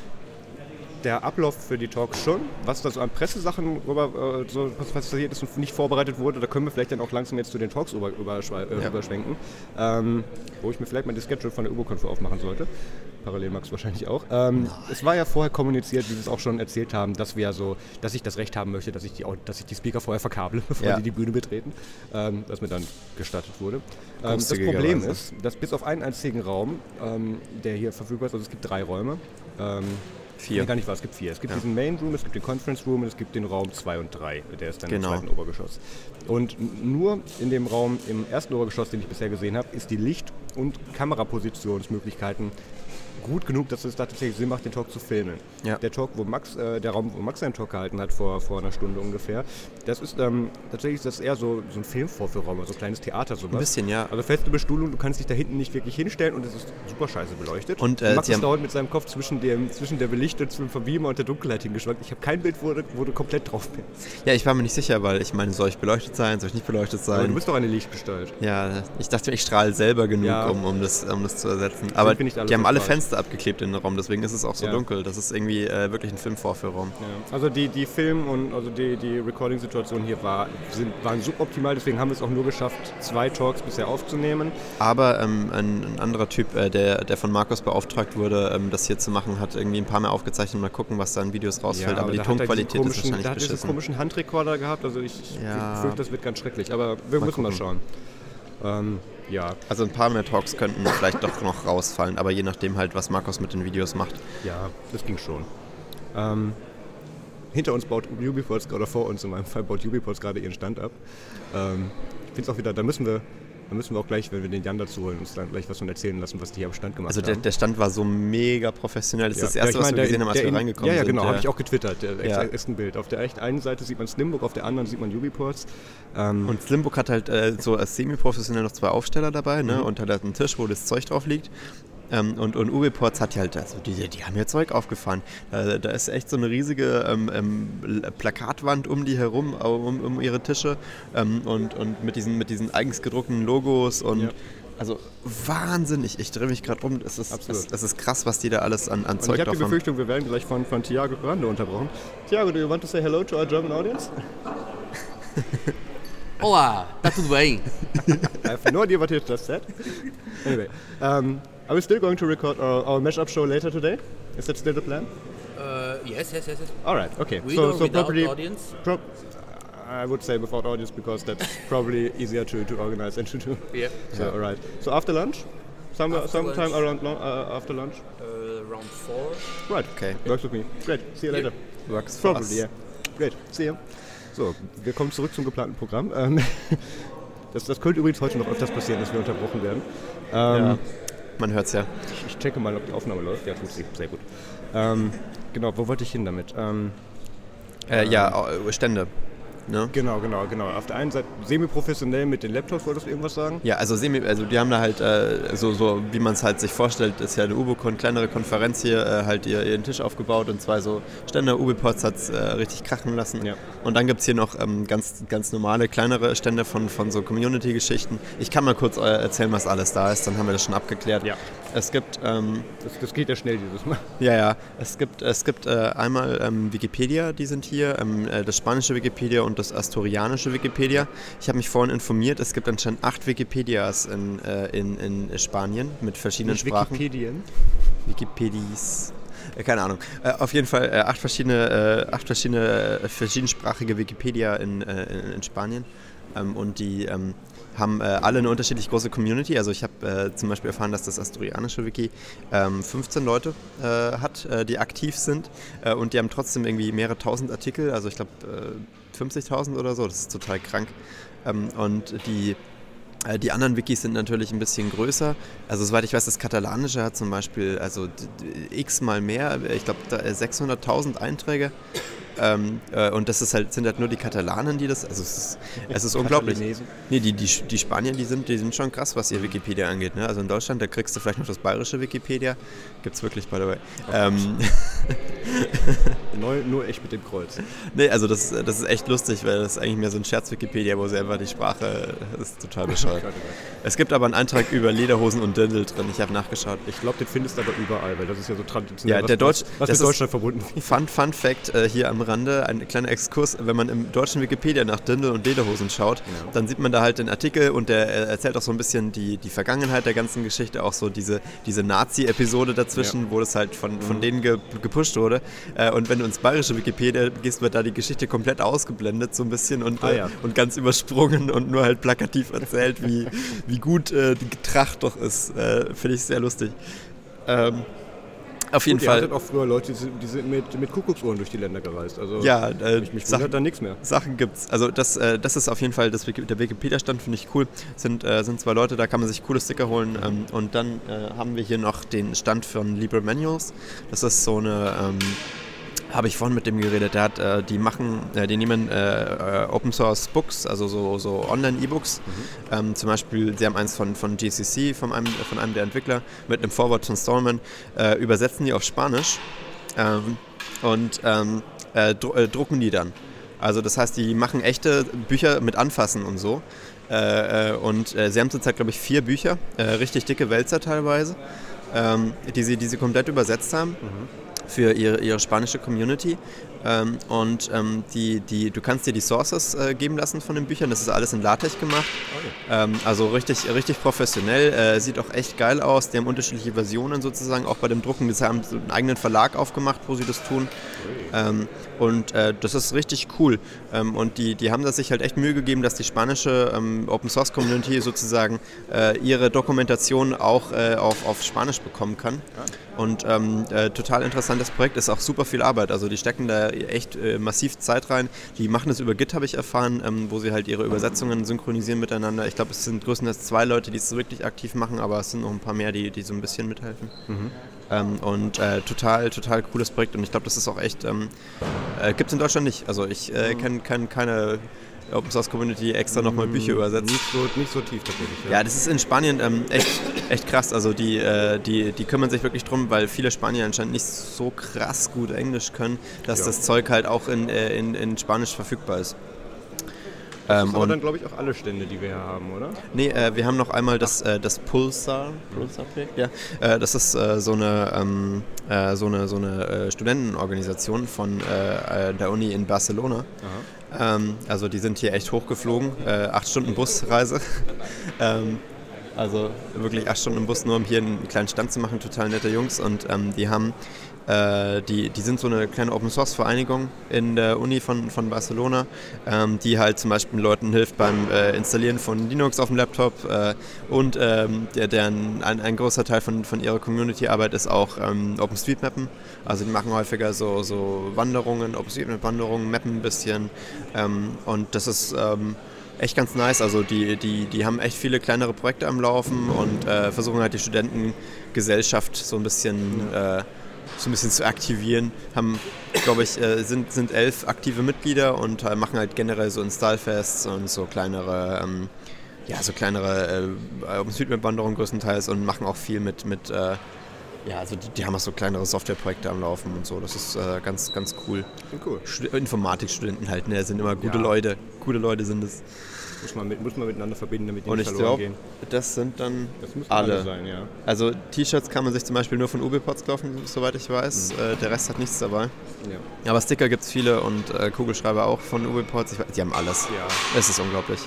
Der Ablauf für die Talks schon, was da so an Pressesachen rüber, äh, so, was passiert ist und nicht vorbereitet wurde, da können wir vielleicht dann auch langsam jetzt zu den Talks über, überschwe- äh, ja. überschwenken, ähm, wo ich mir vielleicht mal die Schedule von der UboConf aufmachen sollte. Parallel Max wahrscheinlich auch. Ähm, es war ja vorher kommuniziert, wie wir es auch schon erzählt haben, dass wir so, dass ich das Recht haben möchte, dass ich die, dass ich die Speaker vorher verkable, bevor ja. die die Bühne betreten, ähm, was mir dann gestattet wurde. Ähm, das Problem ist, dass bis auf einen einzigen Raum, ähm, der hier verfügbar ist, also es gibt drei Räume, ähm, Vier. Nee, gar nicht wahr, es gibt vier. Es gibt ja. diesen Main Room, es gibt den Conference Room und es gibt den Raum zwei und drei. Der ist dann genau. im zweiten Obergeschoss. Und nur in dem Raum im ersten Obergeschoss, den ich bisher gesehen habe, ist die Licht- und Kamerapositionsmöglichkeiten gut genug, dass es da tatsächlich Sinn macht, den Talk zu filmen. Ja. Der Talk, wo Max, äh, der Raum, wo Max seinen Talk gehalten hat vor, vor einer Stunde ungefähr, das ist ähm, tatsächlich das eher so, so ein Filmvorführraum, so ein kleines Theater sowas. Ein bisschen, ja. Also feste Bestuhlung, du kannst dich da hinten nicht wirklich hinstellen und es ist super scheiße beleuchtet. Und, äh, Max ist dauernd mit seinem Kopf zwischen, dem, zwischen der Belichtung, zwischen dem Beamer und der Dunkelheit hingeschwankt. Ich habe kein Bild, wo, wo du komplett drauf bist. Ja, ich war mir nicht sicher, weil ich meine, soll ich beleuchtet sein, soll ich nicht beleuchtet sein? Aber du bist doch eine Lichtgestalt. Ja, ich dachte, ich strahle selber genug, ja. um, um, das, um das zu ersetzen. Aber die haben alle Fenster Fenster abgeklebt in den Raum, deswegen ist es auch so ja. dunkel. Das ist irgendwie äh, wirklich ein Filmvorführraum. Ja. Also die, die Film- und also die, die Recording-Situation hier war, sind, waren suboptimal, deswegen haben wir es auch nur geschafft, zwei Talks bisher aufzunehmen. Aber ähm, ein, ein anderer Typ, äh, der, der von Markus beauftragt wurde, ähm, das hier zu machen, hat irgendwie ein paar mehr aufgezeichnet. Mal gucken, was da an Videos rausfällt. Ja, aber, aber die Tonqualität ist wahrscheinlich Der hat beschissen. diesen komischen Handrekorder gehabt, also ich, ja. ich fürchte, das wird ganz schrecklich. Aber wir mal müssen gucken. mal schauen. Ähm, ja. Also ein paar mehr Talks könnten vielleicht doch noch rausfallen, aber je nachdem halt, was Markus mit den Videos macht. Ja, das ging schon. Ähm, hinter uns baut Ubiports, oder vor uns in meinem Fall, baut Ubiports gerade ihren Stand ab. Ähm, ich finde es auch wieder, da müssen wir Da müssen wir auch gleich, wenn wir den Jan dazu holen, uns dann gleich was von erzählen lassen, was die hier am Stand gemacht also der, haben. Also der Stand war so mega professionell. Das ist ja, das Erste, ja, ich mein, was wir der, gesehen haben, als wir in, reingekommen ja, ja, sind. Ja, genau, habe ich auch getwittert. Der ja. ist ein Bild. Auf der einen Seite sieht man Slimbook, auf der anderen sieht man Ubiports. Ähm und Slimbook hat halt äh, so als semi-professionell noch zwei Aufsteller dabei, ne? Mhm. Und hat halt einen Tisch, wo das Zeug drauf liegt. Ähm, und, und Ubiports hat halt, also die, die haben ja Zeug aufgefahren. Da, da ist echt so eine riesige ähm, ähm, Plakatwand um die herum, um, um ihre Tische ähm, und, und mit diesen, mit diesen eigens gedruckten Logos und ja. Also wahnsinnig, ich drehe mich gerade um, es ist, es, es ist krass, was die da alles an, an Zeug drauf haben. Ich habe die Befürchtung, haben. wir werden gleich von, von Thiago Grande unterbrochen. Thiago, do you want to say hello to our German audience? Olá, tá tudo bem? I have no idea what you just said. Anyway, um, are we still going to record our, our mashup show later today? Is that still the plan? Uh, yes, yes, yes, yes. All right, okay. With so, or so without probably, audience? Pro- I would say without audience because that's probably easier to, to organize and to do. Yeah. So, yeah. All right. So after lunch? Somewhere, after sometime lunch. around lo- uh, after lunch? Uh, around four. Right. Okay. Works with me. Great. See you later. Yeah. Works for probably, us. Yeah. Great. See you. So, wir kommen zurück zum geplanten Programm. Ähm, das, das könnte übrigens heute noch öfters passieren, dass wir unterbrochen werden. Ähm, ja. Man hört's ja. Ich, ich checke mal, ob die Aufnahme läuft. Ja, tut sie. Sehr gut. Ähm, genau, wo wollte ich hin damit? Ähm, äh, ähm, ja, Stände. Ne? Genau, genau, genau. Auf der einen Seite semi-professionell mit den Laptops, wolltest du irgendwas sagen? Ja, also semi, also die haben da halt äh, so, so, wie man es halt sich vorstellt, ist ja eine UbiCon, kleinere Konferenz hier, äh, halt ihr, ihren Tisch aufgebaut und zwei so Stände. Ubiports hat es äh, richtig krachen lassen. Ja. Und dann gibt es hier noch ähm, ganz, ganz normale, kleinere Stände von, von so Community-Geschichten. Ich kann mal kurz äh, erzählen, was alles da ist, dann haben wir das schon abgeklärt. Ja. Es gibt... Ähm, das, das geht ja schnell dieses Mal. Ja, ja. Es gibt, es gibt äh, einmal ähm, Wikipedia, die sind hier, ähm, äh, das spanische Wikipedia und das asturianische Wikipedia. Ich habe mich vorhin informiert, es gibt anscheinend acht Wikipedias in, äh, in, in Spanien mit verschiedenen Nicht Sprachen. Wikipedien? Wikipedies. Äh, keine Ahnung. Äh, auf jeden Fall äh, acht verschiedene, äh, acht verschiedene äh, verschiedensprachige Wikipedia in, äh, in, in Spanien. Ähm, und die ähm, haben äh, alle eine unterschiedlich große Community. Also ich habe äh, zum Beispiel erfahren, dass das asturianische Wiki ähm, fünfzehn Leute äh, hat, äh, die aktiv sind. Äh, und die haben trotzdem irgendwie mehrere tausend Artikel. Also ich glaube äh, fünfzigtausend oder so. Das ist total krank. Ähm, und die... Die anderen Wikis sind natürlich ein bisschen größer. Also soweit ich weiß, das Katalanische hat zum Beispiel also x-mal mehr. Ich glaube sechshunderttausend Einträge. Ähm, äh, und das ist halt, sind halt nur die Katalanen, die das... Also es ist, es ist unglaublich. Nee, die, die, die Spanier, die sind, die sind schon krass, was ihr Wikipedia angeht. Ne? Also in Deutschland, da kriegst du vielleicht noch das bayerische Wikipedia. Gibt's wirklich, by the way. Oh, ähm, Neu, nur echt mit dem Kreuz. Nee, also das, das ist echt lustig, weil das ist eigentlich mehr so ein Scherz-Wikipedia, wo sie einfach die Sprache... Das ist total bescheuert. Es gibt aber einen Eintrag über Lederhosen und Dirndl drin. Ich habe nachgeschaut. Ich glaube, den findest du aber überall, weil das ist ja so traditionell. Ja, der Deutsch, was, was mit Deutschland verbunden ist. Fun, Fun Fact äh, hier am Rande, ein kleiner Exkurs. Wenn man im deutschen Wikipedia nach Dirndl und Lederhosen schaut, ja. dann sieht man da halt den Artikel und der erzählt auch so ein bisschen die, die Vergangenheit der ganzen Geschichte, auch so diese, diese Nazi-Episode dazwischen, ja. wo das halt von, von mhm. denen ge, gepusht wurde. Äh, und wenn du ins bayerische Wikipedia gehst, wird da die Geschichte komplett ausgeblendet so ein bisschen und, ah, ja. äh, und ganz übersprungen und nur halt plakativ erzählt, wie, wie gut äh, die Tracht doch ist. Äh, Finde ich sehr lustig. Ähm, Auf jeden Gut, Fall. Ihr hattet auch früher Leute, die sind mit, mit Kuckucksuhren durch die Länder gereist. Also ja, äh, mich, mich Sachen, da nichts mehr. Sachen gibt's. Also das, äh, das ist auf jeden Fall das, der Wikipedia-Stand, finde ich cool. Sind, äh, sind zwei Leute, da kann man sich coole Sticker holen. Ähm, und dann äh, haben wir hier noch den Stand von Libre Manuals. Das ist so eine... Ähm, habe ich vorhin mit dem geredet, der hat, äh, die machen, äh, die nehmen äh, Open Source Books, also so, so Online-E-Books. Mhm. Ähm, zum Beispiel, sie haben eins von, von G C C, von einem, von einem der Entwickler, mit einem Forward von Stallman, äh, übersetzen die auf Spanisch ähm, und ähm, äh, dr- äh, drucken die dann. Also das heißt, die machen echte Bücher mit Anfassen und so. Äh, äh, und äh, sie haben zurzeit, glaube ich, vier Bücher, äh, richtig dicke Wälzer teilweise. ähm, die, sie, die sie komplett übersetzt haben. Mhm. Für ihre, ihre spanische Community. Ähm, und ähm, die, die, du kannst dir die Sources äh, geben lassen von den Büchern. Das ist alles in LaTeX gemacht. Okay. Ähm, also richtig, richtig professionell. Äh, sieht auch echt geil aus. Die haben unterschiedliche Versionen sozusagen, auch bei dem Drucken. Die haben so einen eigenen Verlag aufgemacht, wo sie das tun. Okay. Ähm, und äh, das ist richtig cool. Ähm, und die, die haben da sich halt echt Mühe gegeben, dass die spanische ähm, Open-Source-Community sozusagen äh, ihre Dokumentation auch äh, auf, auf Spanisch bekommen kann. Ja. Und ähm, äh, total interessantes Projekt, ist auch super viel Arbeit, also die stecken da echt äh, massiv Zeit rein. Die machen das über Git, habe ich erfahren, ähm, wo sie halt ihre Übersetzungen synchronisieren miteinander. Ich glaube, es sind größtenteils zwei Leute, die es wirklich aktiv machen, aber es sind noch ein paar mehr, die, die so ein bisschen mithelfen. Mhm. Ähm, und äh, total, total cooles Projekt und ich glaube, das ist auch echt, ähm, äh, gibt es in Deutschland nicht. Also ich äh, kenne kenn keine Open Source Community extra nochmal Bücher übersetzt. Nicht so, nicht so tief tatsächlich. Ja, ja das ist in Spanien ähm, echt, echt krass. Also die, äh, die, die kümmern sich wirklich drum, weil viele Spanier anscheinend nicht so krass gut Englisch können, dass ja. das Zeug halt auch in, äh, in, in Spanisch verfügbar ist. Das ähm, ist aber dann, glaube ich, auch alle Stände, die wir hier haben, oder? Nee, äh, wir haben noch einmal das, äh, das Pulsar, Pulsar-Projekt, ja. Äh, das ist äh, so eine, ähm, äh, so eine, so eine äh, Studentenorganisation von äh, der Uni in Barcelona. Ähm, also die sind hier echt hochgeflogen, äh, acht Stunden Busreise. ähm, also wirklich acht Stunden im Bus, nur um hier einen kleinen Stand zu machen, total nette Jungs. Und ähm, die haben Äh, die, die sind so eine kleine Open-Source-Vereinigung in der Uni von, von Barcelona, ähm, die halt zum Beispiel Leuten hilft beim äh, Installieren von Linux auf dem Laptop äh, und ähm, der, deren, ein, ein großer Teil von, von ihrer Community-Arbeit ist auch ähm, OpenStreetMappen. Also die machen häufiger so, so Wanderungen, OpenStreetMap-Wanderungen, mappen ein bisschen ähm, und das ist ähm, echt ganz nice. Also die, die, die haben echt viele kleinere Projekte am Laufen und äh, versuchen halt die Studentengesellschaft so ein bisschen äh, so ein bisschen zu aktivieren, haben, glaube ich, äh, sind, sind elf aktive Mitglieder und äh, machen halt generell so Installfests und so kleinere, ähm, ja, so kleinere äh, OpenStreetMap-Wanderungen größtenteils und machen auch viel mit, mit äh, ja, also die, die haben auch so kleinere Softwareprojekte am Laufen und so, das ist äh, ganz, ganz cool. cool. Stud- Informatikstudenten halt, ne, sind immer gute ja. Leute, gute Leute sind es. Muss man, mit, muss man miteinander verbinden, damit die und nicht ich verloren glaub, gehen. Das sind dann das alle. alle sein, ja. Also T-Shirts kann man sich zum Beispiel nur von UbiPods kaufen, soweit ich weiß. Mhm. Äh, der Rest hat nichts dabei. Ja. Aber Sticker gibt es viele und äh, Kugelschreiber auch von UbiPods. Ich weiß, die haben alles. Ja. Es ist unglaublich.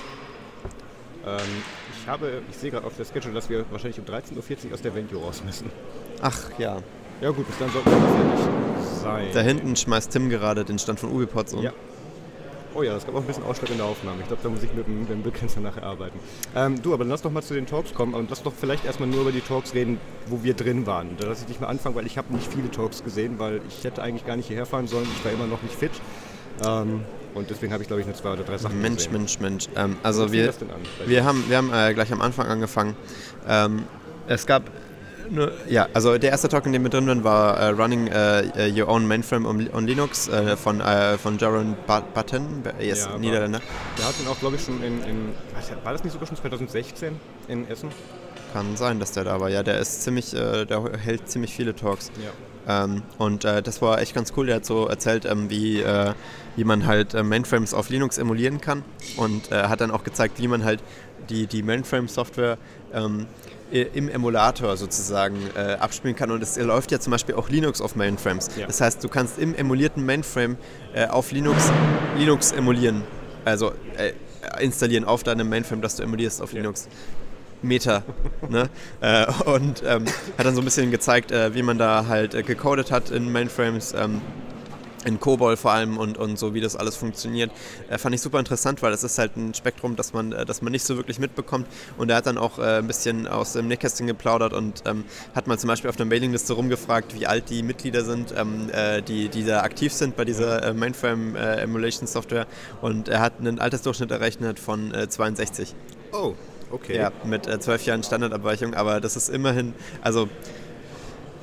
Ähm, ich habe, ich sehe gerade auf der Schedule, dass wir wahrscheinlich um dreizehn Uhr vierzig aus der Venue raus müssen. Ach ja. Ja gut, bis dann sollten wir fertig sein. Da hinten schmeißt Tim gerade den Stand von UbiPods um. Ja. Oh ja, das gab auch ein bisschen Ausschlag in der Aufnahme. Ich glaube, da muss ich mit dem, mit dem Begrenzer nachher arbeiten. Ähm, du, aber dann lass doch mal zu den Talks kommen und lass doch vielleicht erstmal nur über die Talks reden, wo wir drin waren. Da lasse ich dich mal anfangen, weil ich habe nicht viele Talks gesehen, weil ich hätte eigentlich gar nicht hierher fahren sollen. Ich war immer noch nicht fit. Ähm, und deswegen habe ich, glaube ich, nur zwei oder drei Sachen Mensch, gesehen. Mensch, Mensch, Mensch. Ähm, also wir, wir haben, wir haben äh, gleich am Anfang angefangen. Ähm, es gab Nur, ja, also der erste Talk, in dem wir drin waren, war uh, Running uh, Your Own Mainframe on, on Linux uh, von, uh, von Jaron Button, yes, ja, Niederländer. Der hat ihn auch, glaube ich, schon in, in, war das nicht sogar schon zwanzig sechzehn in Essen? Kann sein, dass der da war, ja, der ist ziemlich, uh, der hält ziemlich viele Talks. Ja. Um, und uh, das war echt ganz cool, der hat so erzählt, um, wie, uh, wie man halt uh, Mainframes auf Linux emulieren kann und uh, hat dann auch gezeigt, wie man halt die, die Mainframe-Software um, im Emulator sozusagen äh, abspielen kann und es läuft ja zum Beispiel auch Linux auf Mainframes. Ja. Das heißt, du kannst im emulierten Mainframe äh, auf Linux Linux emulieren, also äh, installieren auf deinem Mainframe, das du emulierst auf ja. Linux. Meta. ne? äh, und ähm, hat dann so ein bisschen gezeigt, äh, wie man da halt äh, gecodet hat in Mainframes, ähm, in COBOL vor allem und, und so, wie das alles funktioniert. Äh, fand ich super interessant, weil das ist halt ein Spektrum, das man, äh, das man nicht so wirklich mitbekommt. Und er hat dann auch äh, ein bisschen aus dem Nähkästchen geplaudert und ähm, hat mal zum Beispiel auf der Mailingliste rumgefragt, wie alt die Mitglieder sind, ähm, äh, die, die da aktiv sind bei dieser äh, Mainframe-Emulation-Software. Und er hat einen Altersdurchschnitt errechnet von äh, zweiundsechzig. Oh, okay. Ja, mit äh, zwölf Jahren Standardabweichung, aber das ist immerhin, also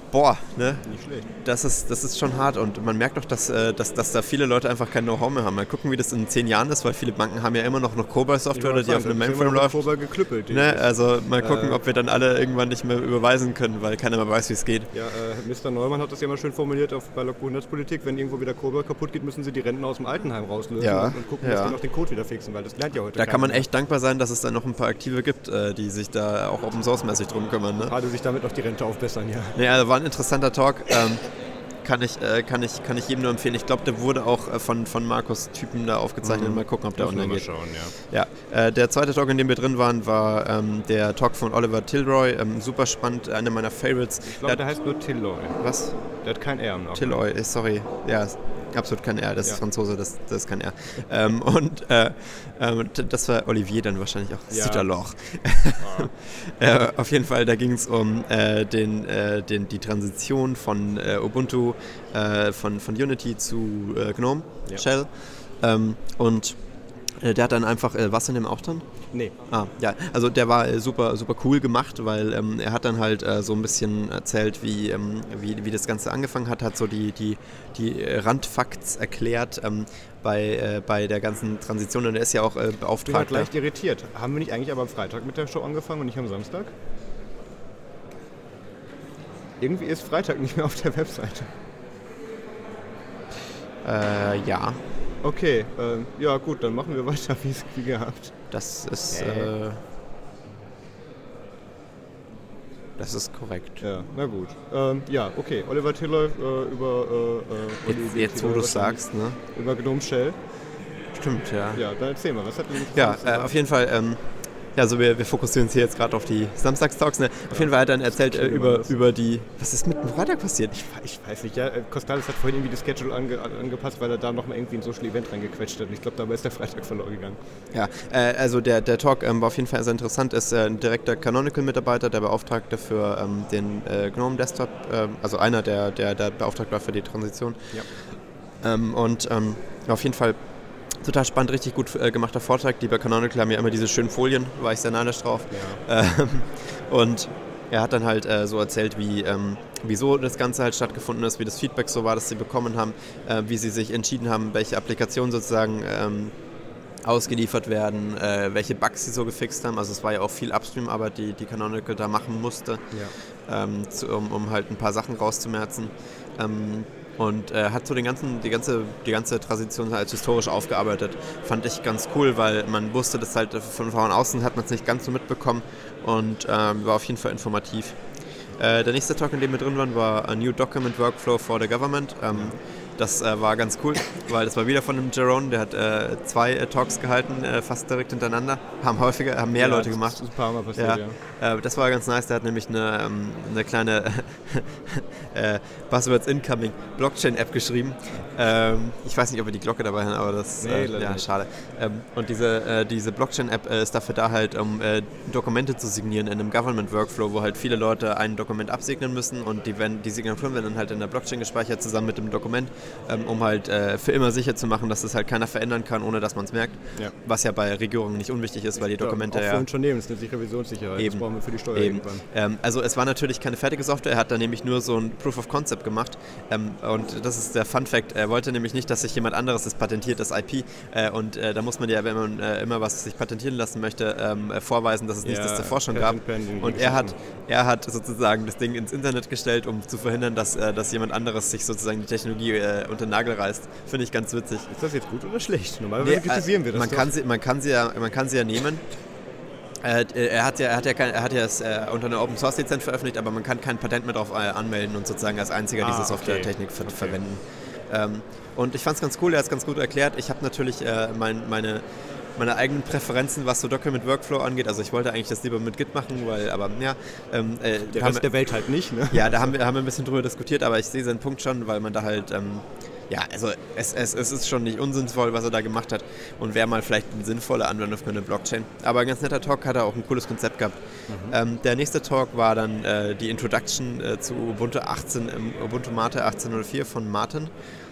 boah, ne? Nicht schlecht. Das ist, das ist schon hart und man merkt doch, dass, äh, dass, dass da viele Leute einfach kein Know-how mehr haben. Mal gucken, wie das in zehn Jahren ist, weil viele Banken haben ja immer noch, noch Cobol-Software, oder die auf einem Mainframe läuft. Cobol geklüppelt. Ne? Also mal gucken, äh, ob wir dann alle irgendwann nicht mehr überweisen können, weil keiner mehr weiß, wie es geht. Ja, äh, Mister Neumann hat das ja mal schön formuliert auf, bei Logbuch Netzpolitik. Wenn irgendwo wieder Cobol kaputt geht, müssen sie die Rentner aus dem Altenheim rauslösen ja, und, und gucken, ja. dass die noch den Code wieder fixen, weil das lernt ja heute Da kann man mehr. echt dankbar sein, dass es da noch ein paar Aktive gibt, äh, die sich da auch Open-Source-mäßig drum kümmern. Ne? Gerade sich damit noch die Rente aufbessern, ja. Ne, also war ein interessanter Talk. Ähm, Kann ich, äh, kann, ich, kann ich jedem nur empfehlen. Ich glaube, der wurde auch äh, von, von Markus Typen da aufgezeichnet. Mhm. Mal gucken, ob der online geht. Schauen, ja. Ja, äh, der zweite Talk, in dem wir drin waren, war ähm, der Talk von Oliver Tilroy. Ähm, super spannend, einer meiner Favorites. Ich glaube, der, der heißt nur Tilroy. Was? Der hat kein R im Namen. Tilroy, sorry. Ja, absolut kein R. Das ja. ist Franzose, das, das ist kein R. ähm, und äh, äh, das war Olivier dann wahrscheinlich auch. Ja. Süderloch. Ah. äh, auf jeden Fall, da ging es um äh, den, äh, den, die Transition von äh, Ubuntu, äh, von, von Unity zu äh, GNOME, ja. Shell. Ähm, und äh, der hat dann einfach, äh, was in dem auch dann? Nee. Ah, ja, also der war äh, super, super cool gemacht, weil ähm, er hat dann halt äh, so ein bisschen erzählt, wie, ähm, wie, wie das Ganze angefangen hat, hat so die, die, die Randfacts erklärt ähm, bei, äh, bei der ganzen Transition, und er ist ja auch äh, beauftragt. Ich bin halt leicht irritiert. Haben wir nicht eigentlich aber am Freitag mit der Show angefangen und nicht am Samstag? Irgendwie ist Freitag nicht mehr auf der Webseite. Äh, ja. Okay, ähm, ja gut, dann machen wir weiter wie, wie gehabt. Das ist, äh, das ist korrekt. Ja, na gut. Ähm, ja, okay, Oliver Tilroy äh, über äh, Jetzt, jetzt wo du es sagst, ne? Über GNOME Shell. Stimmt, ja. Ja, dann erzähl mal, was hat denn Ja, äh, auf jeden Fall, ähm, ja, also wir, wir fokussieren uns hier jetzt gerade auf die Samstagstalks. Ne? Auf ja. jeden Fall hat er dann erzählt äh, über, über die... Was ist mit dem Freitag passiert? Ich, ich weiß nicht, ja. Costales hat vorhin irgendwie das Schedule ange, angepasst, weil er da nochmal irgendwie ein Social Event reingequetscht hat. Und ich glaube, dabei ist der Freitag verloren gegangen. Ja, äh, also der, der Talk ähm, war auf jeden Fall sehr interessant. Ist äh, ein direkter Canonical-Mitarbeiter, der Beauftragte für ähm, den äh, GNOME Desktop, äh, also einer, der, der, der beauftragt war für die Transition. Ja. Ähm, und ähm, auf jeden Fall... Total spannend, richtig gut äh, gemachter Vortrag. Die bei Canonical haben ja immer diese schönen Folien, war ich sehr neidisch drauf. Ja. Ähm, und er hat dann halt äh, so erzählt, wie, ähm, wieso das Ganze halt stattgefunden ist, wie das Feedback so war, das sie bekommen haben, äh, wie sie sich entschieden haben, welche Applikationen sozusagen ähm, ausgeliefert werden, äh, welche Bugs sie so gefixt haben. Also es war ja auch viel Upstream-Arbeit, die, die Canonical da machen musste, ja. ähm, zu, um, um halt ein paar Sachen rauszumerzen. Ähm, Und äh, hat so den ganzen, die ganze, die ganze Transition halt historisch aufgearbeitet. Fand ich ganz cool, weil man wusste, dass halt von, von außen hat man es nicht ganz so mitbekommen und ähm, war auf jeden Fall informativ. Äh, der nächste Talk, in dem wir drin waren, war A New Document Workflow for the Government. Ähm, das äh, war ganz cool, weil das war wieder von dem Jerome, der hat äh, zwei äh, Talks gehalten, äh, fast direkt hintereinander. Haben häufiger, haben mehr ja, Leute gemacht. Das ist ein paar Mal passiert, ja. ja. Äh, das war ganz nice, der hat nämlich eine, ähm, eine kleine äh, Buzzwords Incoming Blockchain-App geschrieben. Ähm, ich weiß nicht, ob wir die Glocke dabei haben, aber das nee, äh, ja, schade. Ähm, und diese, äh, diese Blockchain-App äh, ist dafür da halt, um äh, Dokumente zu signieren in einem Government-Workflow, wo halt viele Leute ein Dokument absegnen müssen und die, werden, die Signaturen werden dann halt in der Blockchain gespeichert, zusammen mit dem Dokument, ähm, um halt äh, für immer sicher zu machen, dass das halt keiner verändern kann, ohne dass man es merkt. Ja. Was ja bei Regierungen nicht unwichtig ist, weil die Dokumente ja... Auch für Unternehmen ist eine Revisionssicherheit, eben, das brauchen wir für die Steuer eben. irgendwann. Ähm, also es war natürlich keine fertige Software, er hat da nämlich nur so ein Proof of Concept gemacht ähm, und das ist der Fun Fact, er wollte nämlich nicht, dass sich jemand anderes das patentiert, das I P äh, und äh, da muss man ja, wenn man äh, immer was sich patentieren lassen möchte, ähm, äh, vorweisen, dass es nicht ja, das davor schon gab und er hat, er hat sozusagen das Ding ins Internet gestellt, um zu verhindern, dass, äh, dass jemand anderes sich sozusagen die Technologie äh, unter den Nagel reißt. Finde ich ganz witzig. Ist das jetzt gut oder schlecht? Normalerweise nee, kritisieren wir das man doch. Kann sie, man, kann sie ja, man kann sie ja nehmen. Äh, er hat ja, er hat ja, kein, er hat ja es äh, unter einer Open Source Lizenz veröffentlicht, aber man kann kein Patent mehr darauf äh, anmelden und sozusagen als einziger ah, diese Softwaretechnik okay. ver- okay. verwenden. Ähm, und ich fand es ganz cool, er hat es ganz gut erklärt. Ich habe natürlich äh, mein, meine, meine eigenen Präferenzen, was so Document Workflow angeht. Also ich wollte eigentlich das lieber mit Git machen, weil, aber ja. Ähm, äh, der Rest der Welt halt nicht, ne? Ja, da haben wir, haben wir ein bisschen drüber diskutiert, aber ich sehe seinen Punkt schon, weil man da halt... Ähm, Ja, also es, es, es ist schon nicht unsinnvoll, was er da gemacht hat und wäre mal vielleicht eine sinnvolle Anwendung für eine Blockchain. Aber ein ganz netter Talk, hat er auch ein cooles Konzept gehabt. Mhm. Ähm, der nächste Talk war dann äh, die Introduction äh, zu Ubuntu achtzehn, ähm, Ubuntu Mate achtzehn null vier von Martin.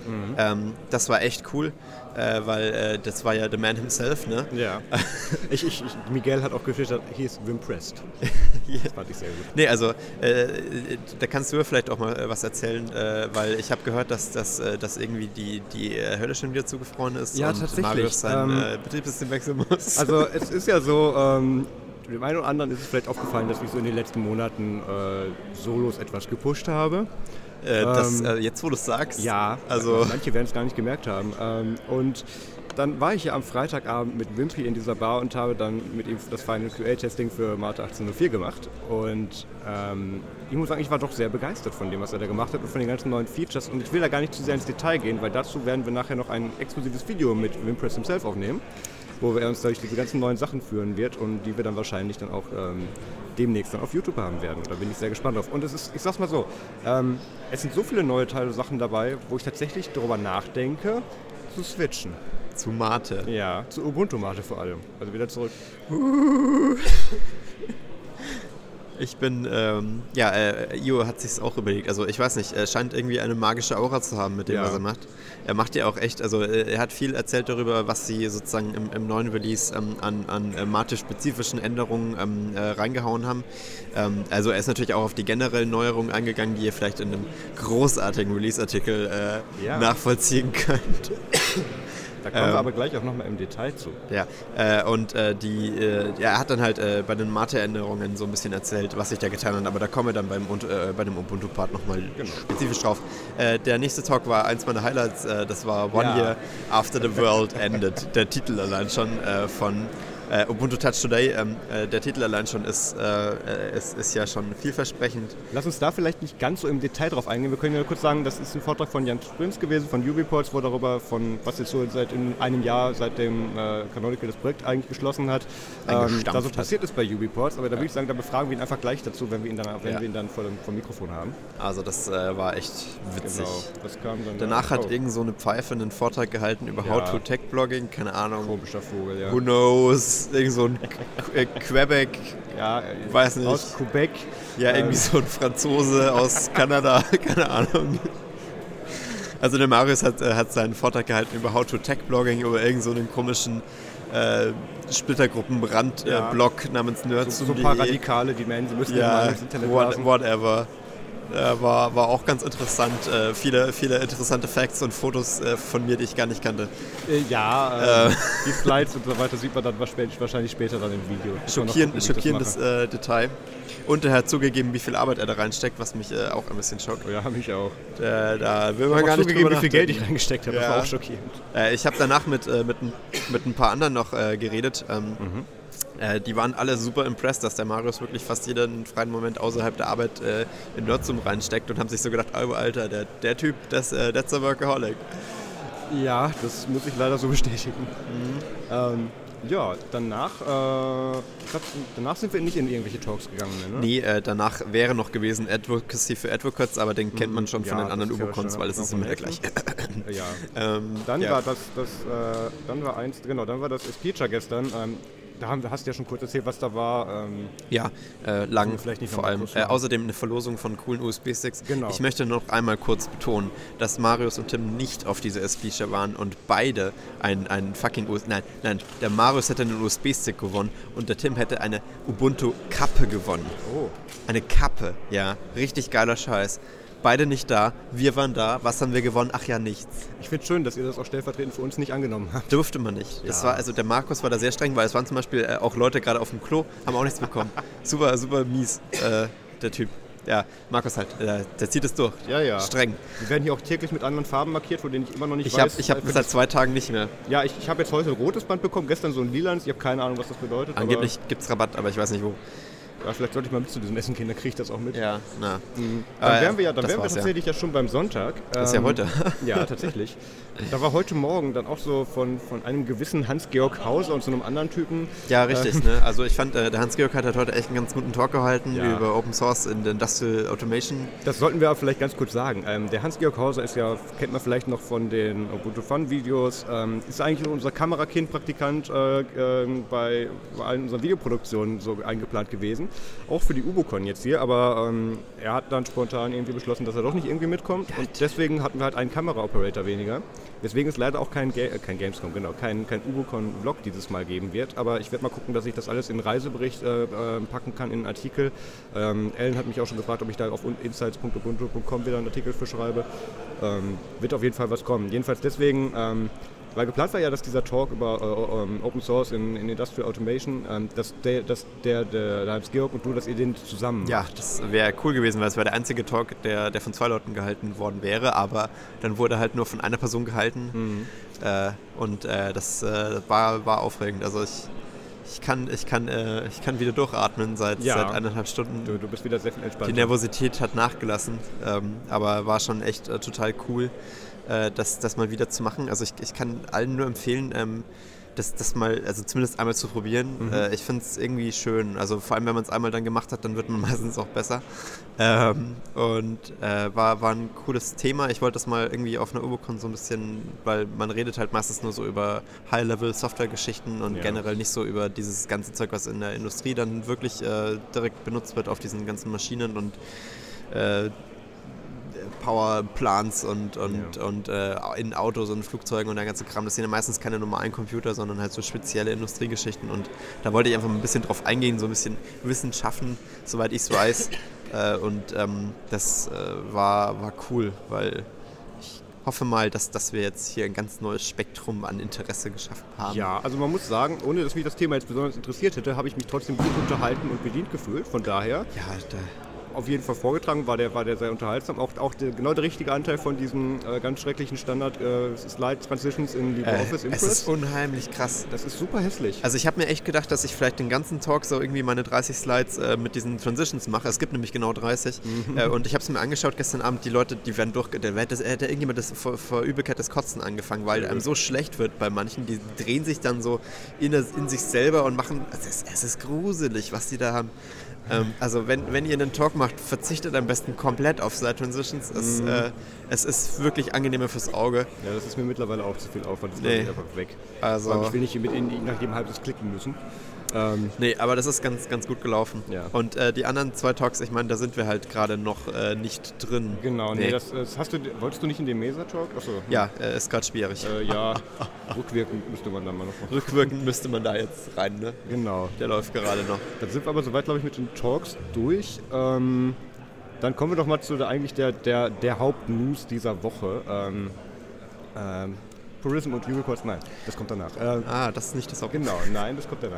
Mhm. Ähm, das war echt cool, äh, weil äh, das war ja the man himself, ne? Ja. ich, ich, ich, Miguel hat auch gefischt, he is impressed. Ja. Das fand ich sehr gut. Nee, also äh, da kannst du vielleicht auch mal äh, was erzählen, äh, weil ich habe gehört, dass, dass, äh, dass irgendwie die, die äh, Hölle schon wieder zugefroren ist ja, und tatsächlich. Marius sein ähm, äh, Betriebssystem wechseln muss. Also es ist ja so, ähm, dem einen oder anderen ist es vielleicht aufgefallen, dass ich so in den letzten Monaten äh, Solos etwas gepusht habe. Äh, das, ähm, äh, jetzt, wo du es sagst. Ja, also manche werden es gar nicht gemerkt haben. Ähm, und dann war ich ja am Freitagabend mit Wimpy in dieser Bar und habe dann mit ihm das Final Q A-Testing für Mate achtzehn null vier gemacht. Und ähm, ich muss sagen, ich war doch sehr begeistert von dem, was er da gemacht hat und von den ganzen neuen Features. Und ich will da gar nicht zu sehr ins Detail gehen, weil dazu werden wir nachher noch ein exklusives Video mit Wimpress himself aufnehmen, wo er uns durch diese ganzen neuen Sachen führen wird und die wir dann wahrscheinlich dann auch ähm, demnächst dann auf YouTube haben werden. Da bin ich sehr gespannt drauf. Und es ist, ich sag's mal so, ähm, es sind so viele neue Teile, Sachen dabei, wo ich tatsächlich darüber nachdenke, zu switchen. zu Mate. Ja, zu Ubuntu Mate vor allem. Also wieder zurück. Ich bin, ähm, ja, äh, Io hat sich's auch überlegt. Also ich weiß nicht, er scheint irgendwie eine magische Aura zu haben mit dem, Ja. was er macht. Er macht ja auch echt, also äh, er hat viel erzählt darüber, was sie sozusagen im, im neuen Release ähm, an, an äh, Mate-spezifischen Änderungen ähm, äh, reingehauen haben. Ähm, also er ist natürlich auch auf die generellen Neuerungen eingegangen, die ihr vielleicht in einem großartigen Release-Artikel äh, Ja. nachvollziehen könnt. Da kommen Ähm. wir aber gleich auch nochmal im Detail zu. Ja, äh, und äh, die, äh, ja, er hat dann halt äh, bei den Mate-Änderungen so ein bisschen erzählt, was sich da getan hat, aber da kommen wir dann beim, äh, bei dem Ubuntu-Part nochmal Genau. spezifisch drauf. Äh, der nächste Talk war eins meiner Highlights, äh, das war One Ja. Year After the World Ended. Der Titel allein schon äh, von äh, Ubuntu Touch Today, ähm, äh, der Titel allein schon ist, äh, ist, ist ja schon vielversprechend. Lass uns da vielleicht nicht ganz so im Detail drauf eingehen. Wir können ja kurz sagen, das ist ein Vortrag von Jan Sprins gewesen, von Ubiports, wo darüber, von was jetzt so seit in einem Jahr, seitdem äh, Canonical das Projekt eigentlich geschlossen hat, ähm, Eingestampft da so hat. passiert ist bei Ubiports. Aber da würde ich sagen, da befragen wir ihn einfach gleich dazu, wenn wir ihn dann, wenn Ja. wir ihn dann vor dem, vom Mikrofon haben. Also das äh, war echt witzig. Was kam dann Danach da? hat Oh, irgend so eine Pfeife einen Vortrag gehalten über Ja. How-to-Tech-Blogging, keine Ahnung. komischer Vogel, ja. Who knows? Irgend so ein Qu- Quebec, Ja, äh, weiß nicht. aus Quebec. ja, Ähm. irgendwie so ein Franzose aus Kanada, keine Ahnung. Also der Marius hat, äh, hat seinen Vortrag gehalten über How-to-Tech-Blogging, über irgend so einen komischen äh, Splittergruppen-Brand-Blog Ja. äh, namens So, nerds. so ein paar Radikale, die meinen, sie müssen Ja, mal ins Internet what, blasen. whatever. Äh, war, war auch ganz interessant. Äh, viele, viele interessante Facts und Fotos äh, von mir, die ich gar nicht kannte. Äh, ja, ähm, Äh. die Slides und so weiter sieht man dann wahrscheinlich später dann im Video. Muss man noch Schockierend, gucken, wie ich das schockierendes mache. äh, Detail. Und er hat zugegeben, wie viel Arbeit er da reinsteckt, was mich äh, auch ein bisschen schockt. Oh ja, mich auch. Äh, da will man Ich habe gar auch nicht zugegeben, drüber wie viel Geld ich nachdenken. reingesteckt habe. Das Ja. war auch schockierend. Äh, ich habe danach mit, äh, mit, ein- mit ein paar anderen noch äh, geredet. Ähm, äh, die waren alle super impressed, dass der Marius wirklich fast jeden freien Moment außerhalb der Arbeit äh, in Nerdsum reinsteckt und haben sich so gedacht, oh Alter, der, der Typ, das, äh, that's a workaholic. Ja, das muss ich leider so bestätigen. Ähm, ja, danach, äh, ich glaub, danach sind wir nicht in irgendwelche Talks gegangen. Ne? Nee, äh, danach wäre noch gewesen Advocacy für Advocates, aber den kennt man schon von Ja, den anderen das ist ja Ubocons, schon weil es ist immer der noch gleiche. Ja. ähm, Dann ja. war das, das äh, dann war eins, genau, dann war das Feature gestern. Ähm, da haben, hast du ja schon kurz erzählt, was da war. Ähm, Ja, äh, lang wir vielleicht nicht vor noch mal allem. kurz Äh, machen. außerdem eine Verlosung von coolen U S B-Sticks. Genau. Ich möchte noch einmal kurz betonen, dass Marius und Tim nicht auf diese S-Feature waren und beide ein, ein fucking U S B... Nein, nein, der Marius hätte einen U S B-Stick gewonnen und der Tim hätte eine Ubuntu-Kappe gewonnen. oh. Eine Kappe, ja. Richtig geiler Scheiß. Beide nicht da, wir waren da. Was haben wir gewonnen? Ach ja, nichts. Ich finde es schön, dass ihr das auch stellvertretend für uns nicht angenommen habt. Durfte man nicht. Das Ja. war, also der Markus war da sehr streng, weil es waren zum Beispiel äh, auch Leute gerade auf dem Klo, haben auch nichts bekommen. super, super mies, äh, der Typ. Ja, Markus halt, äh, der zieht es durch. Ja, ja. Streng. Wir werden hier auch täglich mit anderen Farben markiert, von denen ich immer noch nicht Ich habe weiß. ich hab äh, seit zwei Tagen nicht mehr. Ja, ich, ich habe jetzt heute ein rotes Band bekommen, gestern so ein lilanes. Ich habe keine Ahnung, was das bedeutet. Angeblich gibt es Rabatt, aber ich weiß nicht wo. Aber, ja, vielleicht sollte ich mal mit zu diesem Essen gehen, dann kriege ich das auch mit. Ja, na. Dann Äh, wären wir ja, dann das wären wir war's, ja. tatsächlich ja. schon beim Sonntag. Das ist ja Ähm, heute. Ja, tatsächlich. Da war heute Morgen dann auch so von, von einem gewissen Hans-Georg Hauser und so einem anderen Typen. Ja, richtig. Ähm, Ne? Also ich fand, äh, der Hans-Georg hat heute echt einen ganz guten Talk gehalten Ja. über Open Source in der Industrial Automation. Das sollten wir aber vielleicht ganz kurz sagen. Ähm, der Hans-Georg Hauser ist ja, kennt man vielleicht noch von den Ubuntu Fun Videos, ähm, ist eigentlich unser Kamerakind-Praktikant äh, ähm, bei, bei allen unseren Videoproduktionen so eingeplant gewesen. auch für die UboCon jetzt hier, aber ähm, er hat dann spontan irgendwie beschlossen, dass er doch nicht irgendwie mitkommt und deswegen hatten wir halt einen Kamera-Operator weniger. Deswegen ist leider auch kein, Ga- äh, kein Gamescom, genau, kein, kein UboCon-Vlog dieses Mal geben wird, aber ich werde mal gucken, dass ich das alles in einen Reisebericht äh, äh, packen kann, in einen Artikel. Ähm, Ellen hat mich auch schon gefragt, ob ich da auf insights punkt ubuntu punkt com wieder einen Artikel für schreibe. Ähm, wird auf jeden Fall was kommen. Jedenfalls deswegen, ähm, weil geplant war ja, dass dieser Talk über äh, um, Open Source in, in Industrial Automation, ähm, dass, der, dass der, der, der Hans-Georg und du, dass ihr den zusammen Ja, macht. das wäre cool gewesen, weil es war der einzige Talk, der, der von zwei Leuten gehalten worden wäre, aber dann wurde halt nur von einer Person gehalten Mhm. äh, und äh, das äh, war, war aufregend. Also ich, ich, kann, ich, kann, äh, ich kann wieder durchatmen seit, Ja. seit eineinhalb Stunden. Du, du bist wieder sehr viel entspannter. Die Nervosität hat nachgelassen, ähm, aber war schon echt äh, total cool, äh, das, das mal wieder zu machen. Also ich, ich kann allen nur empfehlen, ähm, das, das mal, also zumindest einmal zu probieren. Mhm. Äh, ich finde es irgendwie schön. Also vor allem, wenn man es einmal dann gemacht hat, dann wird man meistens auch besser. Ähm, und äh, war, war ein cooles Thema. Ich wollte das mal irgendwie auf einer UboCon so ein bisschen, weil man redet halt meistens nur so über High-Level-Software-Geschichten und Ja. generell nicht so über dieses ganze Zeug, was in der Industrie dann wirklich äh, direkt benutzt wird auf diesen ganzen Maschinen und äh, Powerplants und, und, Ja. und äh, in Autos und Flugzeugen und der ganze Kram. Das sind ja meistens keine normalen Computer, sondern halt so spezielle Industriegeschichten. Und da wollte ich einfach mal ein bisschen drauf eingehen, so ein bisschen Wissen schaffen, soweit ich es weiß. äh, und ähm, das äh, war, war cool, weil ich hoffe mal, dass, dass wir jetzt hier ein ganz neues Spektrum an Interesse geschaffen haben. Ja, also man muss sagen, ohne dass mich das Thema jetzt besonders interessiert hätte, habe ich mich trotzdem gut unterhalten und bedient gefühlt. Von daher Ja, da, auf jeden Fall vorgetragen, war der, war der sehr unterhaltsam. Auch, auch der, genau der richtige Anteil von diesen äh, ganz schrecklichen Standard-Slide-Transitions in LibreOffice äh, es Impress. ist unheimlich krass. Das ist super hässlich. Also ich habe mir echt gedacht, dass ich vielleicht den ganzen Talk so irgendwie meine dreißig Slides äh, mit diesen Transitions mache. Es gibt nämlich genau dreißig. Mhm. Äh, und ich habe es mir angeschaut gestern Abend, die Leute, die werden durch... Da hätte hätte irgendjemand das vor, vor Übelkeit des Kotzen angefangen, weil einem so schlecht wird bei manchen. Die drehen sich dann so in, in sich selber und machen... Es ist, es ist gruselig, was die da haben. Ähm, also wenn, wenn ihr einen Talk macht, verzichtet am besten komplett auf Slide Transitions. Es, Mhm. äh, es ist wirklich angenehmer fürs Auge. Ja, das ist mir mittlerweile auch zu viel Aufwand. Das Nee. nee. einfach weg. Also- Vor allem, ich will nicht mit in, nach jedem Halbes klicken müssen. Ähm, Nee, aber das ist ganz, ganz gut gelaufen. Ja. Und äh, die anderen zwei Talks, ich meine, da sind wir halt gerade noch äh, nicht drin. genau, nee, Nee. das, das hast du, wolltest du nicht in den Mesa-Talk? Achso. Ja, äh, ist gerade schwierig. Äh, ja, rückwirkend müsste man dann mal noch machen. Rückwirkend müsste man da jetzt rein, ne? Genau. Der läuft gerade noch. Dann sind wir aber soweit, glaube ich, mit den Talks durch. Ähm, dann kommen wir doch mal zu der, eigentlich der, der, der Hauptnews dieser Woche. Ähm, ähm, Purism und U-Records, nein, das kommt danach. Ähm, Ah, das ist nicht das Haupt. Genau, nein, das kommt danach.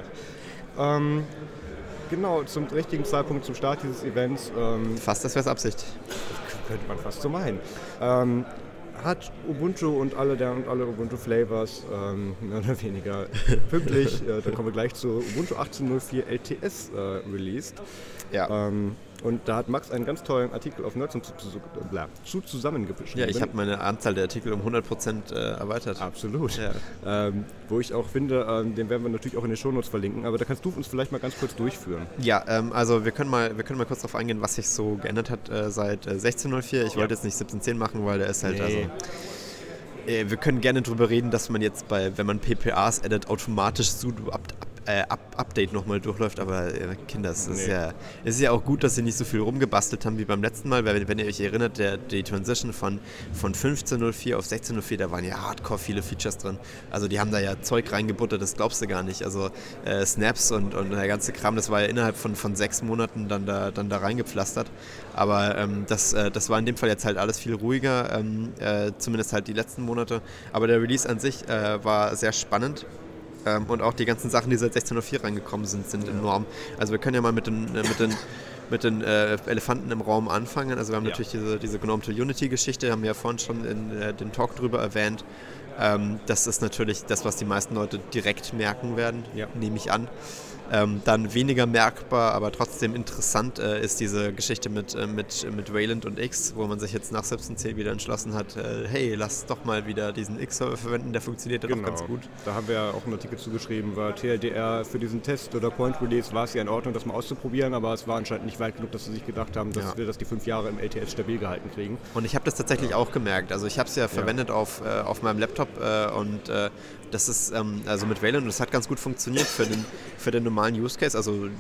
Ähm, genau, zum richtigen Zeitpunkt, zum Start dieses Events, ähm, Fast, das wär's Absicht. könnte man fast so meinen, ähm, hat Ubuntu und alle der und alle Ubuntu Flavors ähm, mehr oder weniger pünktlich, äh, da kommen wir gleich zu Ubuntu achtzehn Punkt null vier L T S äh, released. Ja. Ähm, und da hat Max einen ganz tollen Artikel auf Nerds zu, zu, bla, zu zusammengeschrieben. Ja, ich habe meine Anzahl der Artikel um hundert Prozent äh, erweitert. Absolut. Ja. Ähm, wo ich auch finde, ähm, den werden wir natürlich auch in den Shownotes verlinken, aber da kannst du uns vielleicht mal ganz kurz durchführen. Ja, ähm, also wir können mal, wir können mal kurz darauf eingehen, was sich so geändert hat äh, seit äh, sechzehn Punkt null vier. Ich Ja. wollte jetzt nicht siebzehn Punkt zehn machen, weil der ist halt Nee. also... Äh, wir können gerne drüber reden, dass man jetzt bei, wenn man P P As edit, automatisch sudo up, up, äh, up, Update nochmal durchläuft, aber äh, Kinder, es ist, Nee. ja, es ist ja auch gut, dass sie nicht so viel rumgebastelt haben wie beim letzten Mal, weil wenn, wenn ihr euch erinnert, der, die Transition von, von fünfzehn Punkt null vier auf sechzehn Punkt null vier, da waren ja hardcore viele Features drin. Also die haben da ja Zeug reingebuttert, das glaubst du gar nicht. Also äh, Snaps und, und der ganze Kram, das war ja innerhalb von, von sechs Monaten dann da, dann da reingepflastert. Aber ähm, das, äh, das war in dem Fall jetzt halt alles viel ruhiger, ähm, äh, zumindest halt die letzten Monate. Aber der Release an sich äh, war sehr spannend. Ähm, und auch die ganzen Sachen, die seit sechzehn Punkt null vier reingekommen sind, sind enorm. Also wir können ja mal mit den, äh, mit den, mit den äh, Elefanten im Raum anfangen. Also wir haben Ja. natürlich diese, diese Gnome to Unity-Geschichte, haben wir ja vorhin schon in äh, dem Talk drüber erwähnt. Ähm, das ist natürlich das, was die meisten Leute direkt merken werden, Ja. nehme ich an. Ähm, dann weniger merkbar, aber trotzdem interessant äh, ist diese Geschichte mit, äh, mit, mit Wayland und X, wo man sich jetzt nach siebzehn zehn wieder entschlossen hat, äh, hey, lass doch mal wieder diesen X-Server verwenden, der funktioniert ja doch ganz gut. Da haben wir ja auch einen Artikel zugeschrieben, war T L D R für diesen Test oder Point Release war es ja in Ordnung, das mal auszuprobieren, aber es war anscheinend nicht weit genug, dass sie sich gedacht haben, dass Ja. wir das die fünf Jahre im L T S stabil gehalten kriegen. Und ich habe das tatsächlich auch gemerkt. Also ich habe es ja verwendet auf, äh, auf meinem Laptop äh, und äh, das ist, ähm, also mit Wayland, und das hat ganz gut funktioniert für den, für den normalen Use Case. Also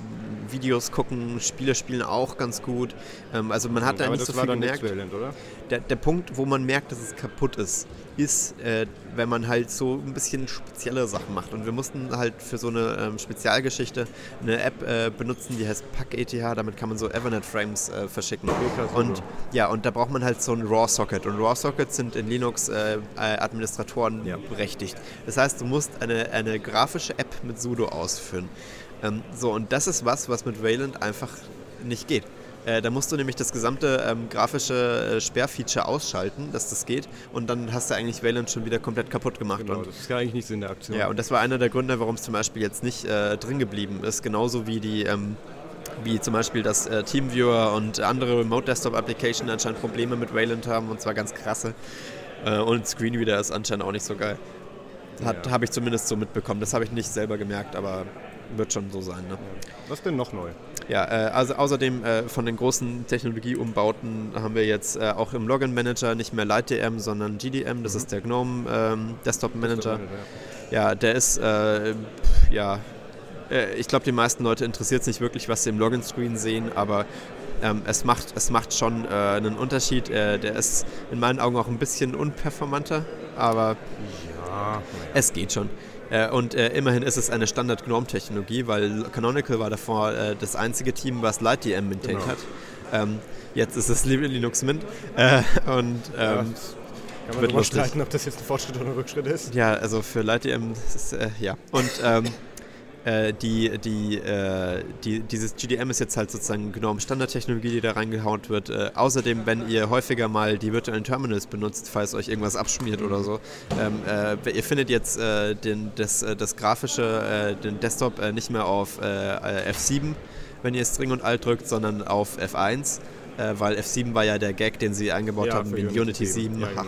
Videos gucken, Spiele spielen auch ganz gut. Ähm, also man hat da nicht so viel gemerkt. Valent, oder? Der, der Punkt, wo man merkt, dass es kaputt ist, ist, äh, wenn man halt so ein bisschen spezielle Sachen macht. Und wir mussten halt für so eine ähm, Spezialgeschichte eine App äh, benutzen, die heißt PackETH. Damit kann man so Ethernet-Frames äh, verschicken. Und ja, und da braucht man halt so ein RAW-Socket. Und RAW-Sockets sind in Linux äh, Administratoren ja. berechtigt. Das heißt, du musst eine, eine grafische App mit sudo ausführen. Ähm, so, und das ist was, was mit Valent einfach nicht geht. Äh, da musst du nämlich das gesamte ähm, grafische äh, Sperrfeature ausschalten, dass das geht, und dann hast du eigentlich Valent schon wieder komplett kaputt gemacht. Genau, und, das ist ja eigentlich nicht Sinn der Aktion. Ja, und das war einer der Gründe, warum es zum Beispiel jetzt nicht äh, drin geblieben ist, genauso wie die ähm, wie zum Beispiel das äh, TeamViewer und andere Remote Desktop Application anscheinend Probleme mit Valent haben, und zwar ganz krasse. Äh, und Screenreader ist anscheinend auch nicht so geil. Hat, ja. Habe ich zumindest so mitbekommen. Das habe ich nicht selber gemerkt, aber wird schon so sein. Ne? Was denn noch neu? Ja, äh, also außerdem äh, von den großen Technologieumbauten haben wir jetzt äh, auch im Login-Manager nicht mehr LightDM, sondern G D M. Das mhm. ist der GNOME ähm, Desktop-Manager. Ja, der ist, äh, ja, äh, ich glaube, die meisten Leute interessiert es nicht wirklich, was sie im Login-Screen sehen, aber ähm, es, macht, es macht schon äh, einen Unterschied. Äh, der ist in meinen Augen auch ein bisschen unperformanter, aber ja, es geht schon. Äh, und äh, immerhin ist es eine Standard-GNOME-Technologie, weil Canonical war davor äh, das einzige Team, was LightDM maintained genau. hat. Ähm, jetzt ist es Linux Mint. Äh, und, ähm, ja, kann man darüber streiten, ob das jetzt ein Fortschritt oder ein Rückschritt ist? Ja, also für LightDM ist es, äh, ja. Und ähm, äh, die, die, äh, die, dieses G D M ist jetzt halt sozusagen GNOME-Standardtechnologie, die da reingehauen wird. Äh, außerdem, wenn ihr häufiger mal die virtuellen Terminals benutzt, falls euch irgendwas abschmiert oder so, ähm, äh, ihr findet jetzt äh, den, das, das grafische, äh, den Desktop äh, nicht mehr auf äh, F sieben, wenn ihr String und Alt drückt, sondern auf F eins, äh, weil F sieben war ja der Gag, den sie eingebaut ja, haben in Unity, Unity sieben. Ja, genau.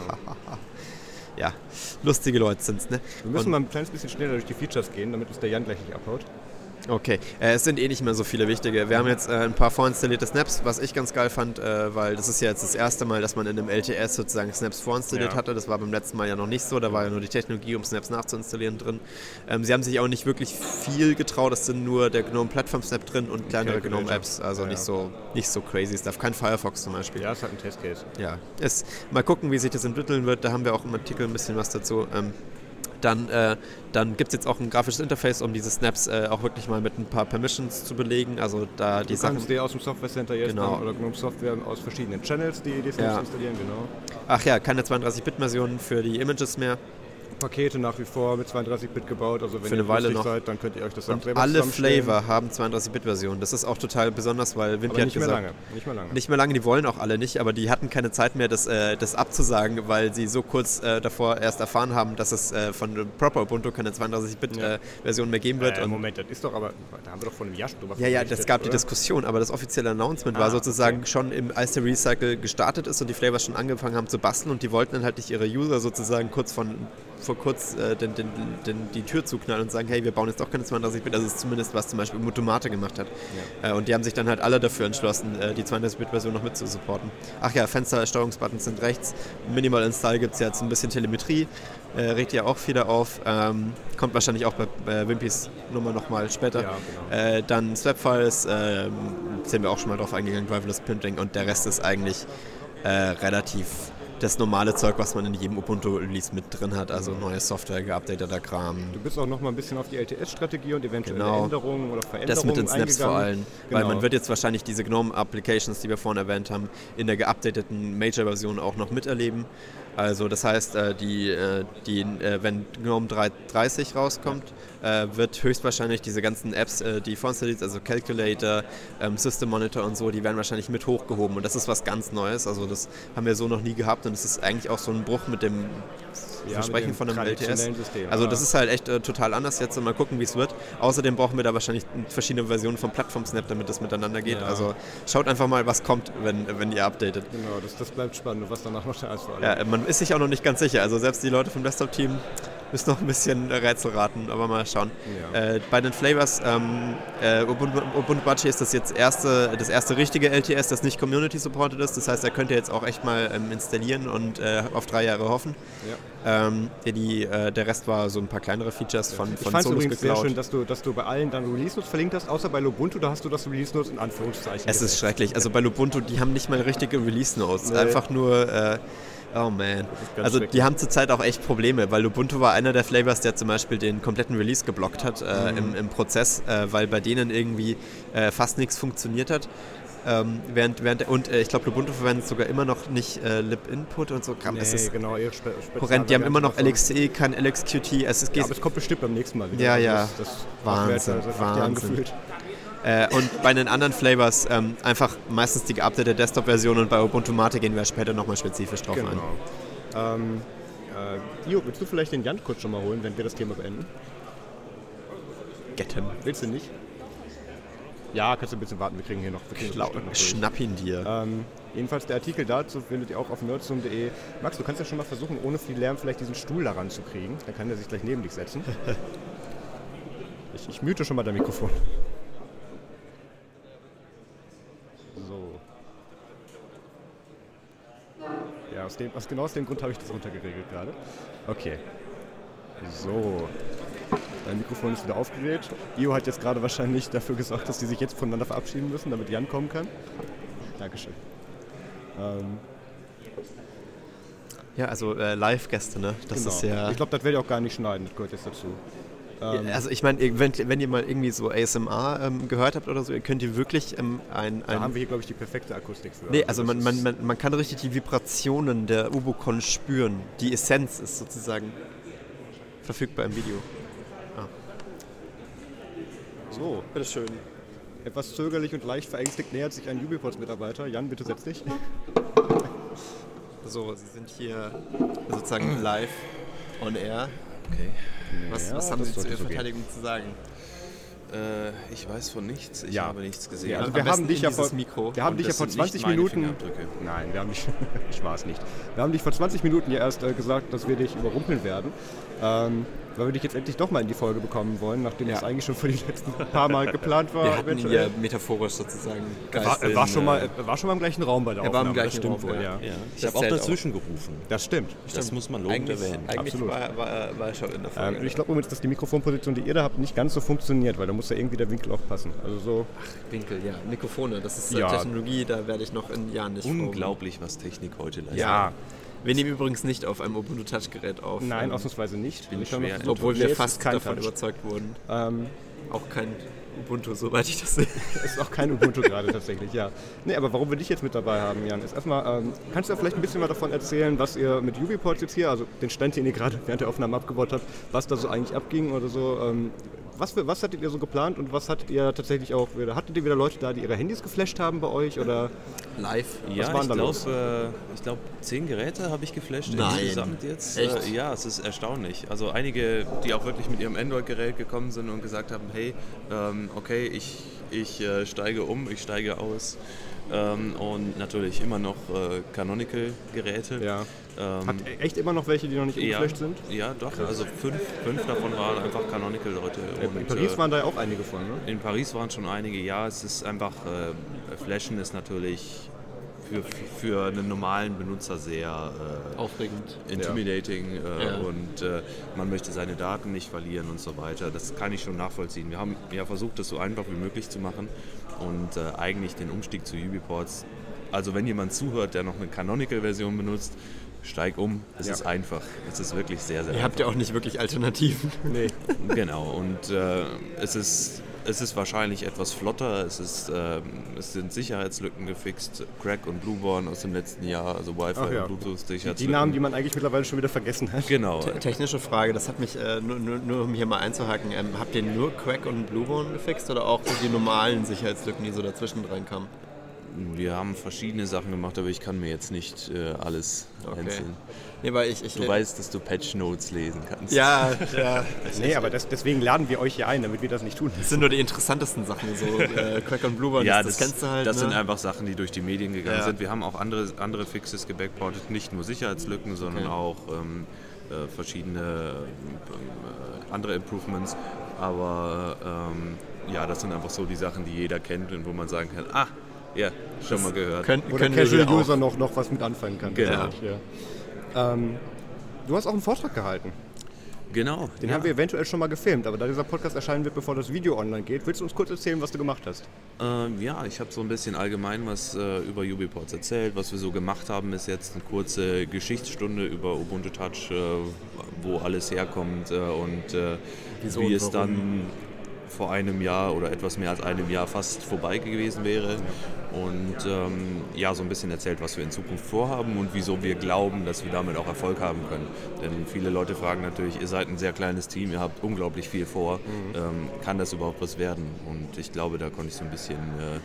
Ja, lustige Leute sind's, ne? Wir müssen und mal ein kleines bisschen schneller durch die Features gehen, damit uns der Jan gleich nicht abhaut. Okay, äh, es sind eh nicht mehr so viele wichtige. Wir haben jetzt äh, ein paar vorinstallierte Snaps, was ich ganz geil fand, äh, weil das ist ja jetzt das erste Mal, dass man in einem L T S sozusagen Snaps vorinstalliert ja. hatte. Das war beim letzten Mal ja noch nicht so, da war ja nur die Technologie, um Snaps nachzuinstallieren drin. Ähm, sie haben sich auch nicht wirklich viel getraut, es sind nur der GNOME Plattform Snap drin und kleinere GNOME Apps, also ja. nicht, so, nicht so crazy stuff. Kein Firefox zum Beispiel. Ja, es hat einen Testcase. Ja, ist, mal gucken, wie sich das entwickeln wird, da haben wir auch im Artikel ein bisschen was dazu. Ähm, Dann, äh, dann gibt es jetzt auch ein grafisches Interface, um diese Snaps äh, auch wirklich mal mit ein paar Permissions zu belegen. Also da die du Sachen. kannst die aus dem Software Center jetzt genau. oder GNOME Software aus verschiedenen Channels, die die Snaps ja. installieren, genau. Ach ja, keine zweiunddreißig-Bit-Version für die Images mehr. Pakete nach wie vor mit zweiunddreißig-Bit gebaut, also wenn für eine ihr Weile noch seid, dann könnt ihr euch das und selber alle Flavor haben zweiunddreißig-Bit-Versionen. Das ist auch total besonders, weil Wimpy hat nicht gesagt... Mehr lange. Nicht mehr lange. Nicht mehr lange, die wollen auch alle nicht, aber die hatten keine Zeit mehr, das, äh, das abzusagen, weil sie so kurz äh, davor erst erfahren haben, dass es äh, von Proper Ubuntu keine zweiunddreißig-Bit-Version ja. äh, mehr geben wird. Äh, und Moment, das ist doch aber... Da haben wir doch vor einem Jahr schon drüber Ja, ja, das gab oder? die Diskussion, aber das offizielle Announcement ah, war sozusagen okay. schon, im, als der Recycle gestartet ist und die Flavors schon angefangen haben zu basteln, und die wollten dann halt nicht ihre User sozusagen kurz von... vor kurz äh, den, den, den, die Tür zuknallen und sagen, hey, wir bauen jetzt doch keine zweiunddreißig-Bit, das ist zumindest was zum Beispiel Mutomate gemacht hat. Ja. Äh, und die haben sich dann halt alle dafür entschlossen, äh, die zweiunddreißig-Bit-Version noch mit zu supporten. Ach ja, Fenster-Steuerungsbuttons sind rechts. Minimal Install gibt es jetzt ein bisschen Telemetrie, äh, regt ja auch viele auf. Ähm, kommt wahrscheinlich auch bei äh, Wimpys Nummer nochmal später. Ja, genau. äh, dann Swap-Files, äh, sind wir auch schon mal drauf eingegangen, Driverless Printing, und der Rest ist eigentlich äh, relativ... das normale Zeug, was man in jedem Ubuntu-Release mit drin hat, also neue Software, geupdateter Kram. Du bist auch noch mal ein bisschen auf die L T S-Strategie und eventuelle genau. Änderungen oder Veränderungen Das mit den Snaps eingegangen. vor allem, genau. weil man wird jetzt wahrscheinlich diese GNOME-Applications, die wir vorhin erwähnt haben, in der geupdateten Major-Version auch noch miterleben. Also das heißt, die, die, wenn GNOME drei dreißig rauskommt, wird höchstwahrscheinlich diese ganzen Apps, die vorinstalliert, also Calculator, System Monitor und so, die werden wahrscheinlich mit hochgehoben, und das ist was ganz Neues. Also das haben wir so noch nie gehabt, und es ist eigentlich auch so ein Bruch mit dem ja, Versprechen von einem L T S. System, also ja. das ist halt echt äh, total anders jetzt, und mal gucken, wie es wird. Außerdem brauchen wir da wahrscheinlich verschiedene Versionen vom Plattform-Snap, damit das miteinander geht. Ja. Also schaut einfach mal, was kommt, wenn, wenn ihr updatet. Genau, das, das bleibt spannend, was danach noch da ist. Ja, man, ist sich auch noch nicht ganz sicher. Also selbst die Leute vom Desktop-Team müssen noch ein bisschen Rätsel raten, aber mal schauen. Ja. Äh, bei den Flavors, ähm, äh, Ubuntu, Ubuntu Bachi ist das jetzt erste, das erste richtige L T S, das nicht Community-supported ist. Das heißt, da könnt ihr jetzt auch echt mal ähm, installieren und äh, auf drei Jahre hoffen. Ja. Ähm, die, äh, der Rest war so ein paar kleinere Features von, von ich Solus geklaut. Sehr schön, dass du, dass du bei allen dann Release Notes verlinkt hast, außer bei Lubuntu, da hast du das Release Notes in Anführungszeichen. Es ist schrecklich. Also bei Lubuntu, die haben nicht mal richtige Release Notes. Nee. Einfach nur... Äh, Oh man. Also die haben zurzeit auch echt Probleme, weil Ubuntu war einer der Flavors, der zum Beispiel den kompletten Release geblockt hat äh, mhm. im, im Prozess, äh, weil bei denen irgendwie äh, fast nichts funktioniert hat. Ähm, während, während, und äh, ich glaube, Ubuntu verwendet sogar immer noch nicht äh, Lib-Input und so. Nee, es ist genau, eher spe- horrend. Die haben immer noch L X C, kein L X Qt. Es ist ja, aber es kommt bestimmt beim nächsten Mal wieder. Ja, ja. Das, das Wahnsinn, jetzt, Wahnsinn. Äh, und bei den anderen Flavors ähm, einfach meistens die geupdatete Desktop-Version und bei Ubuntu Mate gehen wir später nochmal spezifisch drauf genau. ein. Ähm, äh, Jo, willst du vielleicht den Jan kurz schon mal holen, wenn wir das Thema beenden? Get him. Willst du nicht? Ja, kannst du ein bisschen warten, wir kriegen hier noch... Wir Klau- noch schnapp ihn dir. Ähm, jedenfalls der Artikel dazu findet ihr auch auf nerdzoom punkt de. Max, du kannst ja schon mal versuchen, ohne viel Lärm vielleicht diesen Stuhl da ranzukriegen. Dann kann er sich gleich neben dich setzen. ich, ich mute schon mal dein Mikrofon. So. Ja, aus, dem, aus genau aus dem Grund habe ich das runtergeregelt gerade. Okay. So. Dein Mikrofon ist wieder aufgedreht. Io hat jetzt gerade wahrscheinlich dafür gesorgt, dass die sich jetzt voneinander verabschieden müssen, damit Jan kommen kann. Dankeschön. Ähm. Ja, also äh, Live-Gäste, ne? Das genau. ist ja... Ich glaube, das werde ich auch gar nicht schneiden, das gehört jetzt dazu. Ähm, also ich meine, wenn, wenn ihr mal irgendwie so A S M R ähm, gehört habt oder so, ihr könnt ihr wirklich ähm, ein, ein... Da haben wir hier, glaube ich, die perfekte Akustik für. Nee, also man, man, man, man kann richtig die Vibrationen der Ubocon spüren. Die Essenz ist sozusagen verfügbar im Video. Ah. So, bitteschön. Etwas zögerlich und leicht verängstigt nähert sich ein UbiPorts-Mitarbeiter. Jan, bitte setz dich. So, Sie sind hier sozusagen live on air. Okay. Was, ja, was haben Sie zu Ihrer so Verteidigung zu sagen? Äh, ich weiß von nichts. Ich ja. habe nichts gesehen. Ja, also wir haben dich ja vor, Mikro. wir haben dich ja vor zwanzig Minuten. Nein, wir haben dich. Ich war es nicht. Wir haben dich vor zwanzig Minuten ja erst äh, gesagt, dass wir dich überrumpeln werden. Ähm, weil wir dich jetzt endlich doch mal in die Folge bekommen wollen, nachdem ja. das eigentlich schon für die letzten paar Mal geplant war. Wir hatten ihn ja metaphorisch sozusagen. Er war, er, war schon mal, er war schon mal im gleichen Raum bei der er Aufnahme. War im gleichen das stimmt Raum, wohl, ja. ja. ja. Ich habe auch dazwischen auch. gerufen. Das stimmt. Das stimmt. muss man lobend eigentlich, erwähnen. Eigentlich Absolut. war, war, war er schon in der Folge. Ähm, ich glaube übrigens, dass die Mikrofonposition, die ihr da habt, nicht ganz so funktioniert, weil da muss ja irgendwie der Winkel auch passen. Also so. Ach, Winkel, ja. Mikrofone, das ist ja. Technologie, da werde ich noch in Jahren nicht Unglaublich, proben. was Technik heute leistet. Ja. Wir nehmen übrigens nicht auf einem Ubuntu Touch-Gerät auf. Nein, ähm, ausnahmsweise nicht. Bin ich schwer, versucht, obwohl wir nee, fast kein davon Touch. überzeugt wurden. Ähm, auch kein Ubuntu, soweit ich das sehe. Ist auch kein Ubuntu gerade tatsächlich, ja. Nee, aber warum wir dich jetzt mit dabei haben, Jan, ist erstmal, ähm, kannst du ja vielleicht ein bisschen mal davon erzählen, was ihr mit UbiPorts jetzt hier, also den Stand, den ihr gerade während der Aufnahme abgebaut habt, was da so eigentlich abging oder so. Ähm, was, für, was hattet ihr so geplant und was hattet ihr tatsächlich auch wieder? Hattet ihr wieder Leute da, die ihre Handys geflasht haben bei euch oder? Live? Ja, ich glaube, äh, ich glaube, zehn Geräte habe ich geflasht Nein. insgesamt jetzt. Echt? Äh, ja, es ist erstaunlich. Also einige, die auch wirklich mit ihrem Android-Gerät gekommen sind und gesagt haben, hey, ähm, okay, ich, ich äh, steige um, ich steige aus. Ähm, und natürlich immer noch äh, Canonical-Geräte. Ja. Ähm, Hat echt immer noch welche, die noch nicht umgeflasht ja, sind? Ja, doch. Krass. Also fünf, fünf davon waren einfach Canonical-Leute. In Paris äh, waren da ja auch einige von, ne? In Paris waren schon einige, ja. Es ist einfach, äh, Flashen ist natürlich für, für einen normalen Benutzer sehr äh, aufregend, intimidating ja. Äh, ja. und äh, man möchte seine Daten nicht verlieren und so weiter. Das kann ich schon nachvollziehen. Wir haben ja versucht, das so einfach wie möglich zu machen und äh, eigentlich den Umstieg zu UbiPorts. Also wenn jemand zuhört, der noch eine Canonical-Version benutzt, steig um. Es ja. ist einfach. Es ist wirklich sehr, sehr Ihr einfach. Ihr habt ja auch nicht wirklich Alternativen. Nee. Genau. Und äh, es ist Es ist wahrscheinlich etwas flotter, es, ist, ähm, es sind Sicherheitslücken gefixt, Crack und Blueborn aus dem letzten Jahr, also Wi-Fi ja. und Bluetooth-Sicherheitslücken. Die Namen, die man eigentlich mittlerweile schon wieder vergessen hat. Genau. Te- technische Frage, das hat mich, äh, nur, nur, nur um hier mal einzuhaken, ähm, habt ihr nur Crack und Blueborn gefixt oder auch die normalen Sicherheitslücken, die so dazwischen reinkamen? Wir haben verschiedene Sachen gemacht, aber ich kann mir jetzt nicht äh, alles Okay. einzeln. Nee, weil ich, ich, Du äh, weißt, dass du Patch Notes lesen kannst. Ja, ja. Nee, aber das, deswegen laden wir euch hier ein, damit wir das nicht tun. Das sind nur die interessantesten Sachen, so äh, Crack on Bluebird, Ja, das, das, das kennst du halt. das ne? sind einfach Sachen, die durch die Medien gegangen Ja. sind. Wir haben auch andere, andere Fixes gebackportet, nicht nur Sicherheitslücken, sondern Okay. auch ähm, äh, verschiedene äh, andere Improvements. Aber ähm, ja, das sind einfach so die Sachen, die jeder kennt und wo man sagen kann, ah, ja, schon mal gehört. Können, Wo der können wir hier Casual-User auch. noch, noch was mit anfangen kann. Genau. Ja. Ähm, du hast auch einen Vortrag gehalten. Genau. Den ja. haben wir eventuell schon mal gefilmt, aber da dieser Podcast erscheinen wird, bevor das Video online geht, willst du uns kurz erzählen, was du gemacht hast? Ähm, ja, ich habe so ein bisschen allgemein was äh, über UbiPorts erzählt. Was wir so gemacht haben, ist jetzt eine kurze Geschichtsstunde über Ubuntu Touch, äh, wo alles herkommt äh, und äh, Wieso wie und es warum? dann vor einem Jahr oder etwas mehr als einem Jahr fast vorbei gewesen wäre. Und ähm, ja, so ein bisschen erzählt, was wir in Zukunft vorhaben und wieso wir glauben, dass wir damit auch Erfolg haben können. Denn viele Leute fragen natürlich, ihr seid ein sehr kleines Team, ihr habt unglaublich viel vor, ähm, kann das überhaupt was werden? Und ich glaube, da konnte ich so ein bisschen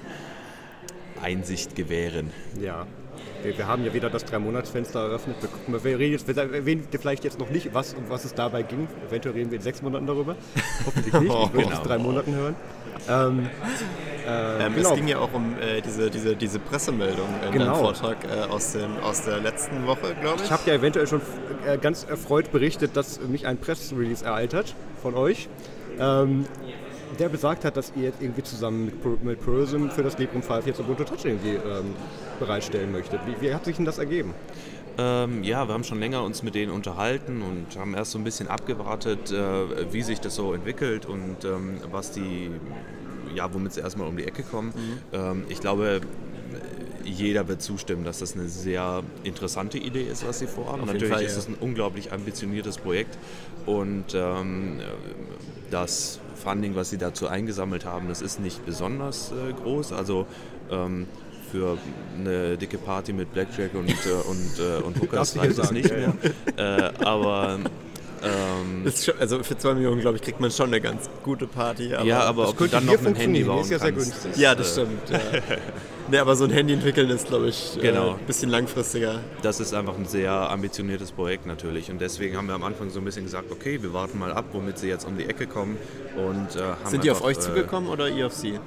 äh, Einsicht gewähren. Ja. Wir, wir haben ja wieder das Drei-Monats-Fenster eröffnet. Wir, gucken mal, wir, reden jetzt, wir erwähnen vielleicht jetzt noch nicht, was, um was es dabei ging. Eventuell reden wir in sechs Monaten darüber. Hoffentlich nicht. Ich würde es in drei Monaten hören. Ähm, äh, Ähm, genau. Es ging ja auch um äh, diese, diese, diese Pressemeldung in Genau. deinem Vortrag äh, aus, den, aus der letzten Woche, glaube ich. Ich habe ja eventuell schon äh, ganz erfreut berichtet, dass mich ein Pressrelease ereilt hat von euch, ähm, der besagt hat, dass ihr jetzt irgendwie zusammen mit, Pro- mit Prism für das Librem fünf jetzt Ubuntu Touch irgendwie ähm, bereitstellen möchtet. Wie, wie hat sich denn das ergeben? Ähm, ja, wir haben schon länger uns mit denen unterhalten und haben erst so ein bisschen abgewartet, äh, wie sich das so entwickelt und ähm, was die, ja, womit sie erstmal um die Ecke kommen. Ähm, ich glaube, jeder wird zustimmen, dass das eine sehr interessante Idee ist, was sie vorhaben. Auf jeden Natürlich Fall, ist ja. es ein unglaublich ambitioniertes Projekt und ähm, das Funding, was sie dazu eingesammelt haben, das ist nicht besonders äh, groß. Also ähm, für eine dicke Party mit Blackjack und, äh, und, äh, und Hookers Darfst du hier reicht es sagen, nicht ja, mehr. Äh, aber ähm, Das ist schon, also für zwei Millionen, glaube ich, kriegt man schon eine ganz gute Party. Aber ja, aber ob du könnte dann hier noch ein Handy funktionieren, bauen ist ja sehr kannst. günstig. Ja, das stimmt. Ja. Nee, aber so ein Handy entwickeln ist, glaube ich, Genau. äh, ein bisschen langfristiger. Das ist einfach ein sehr ambitioniertes Projekt natürlich und deswegen haben wir am Anfang so ein bisschen gesagt, okay, wir warten mal ab, womit sie jetzt um die Ecke kommen und äh, haben Sind die auf einfach, euch äh, zugekommen oder ihr auf sie?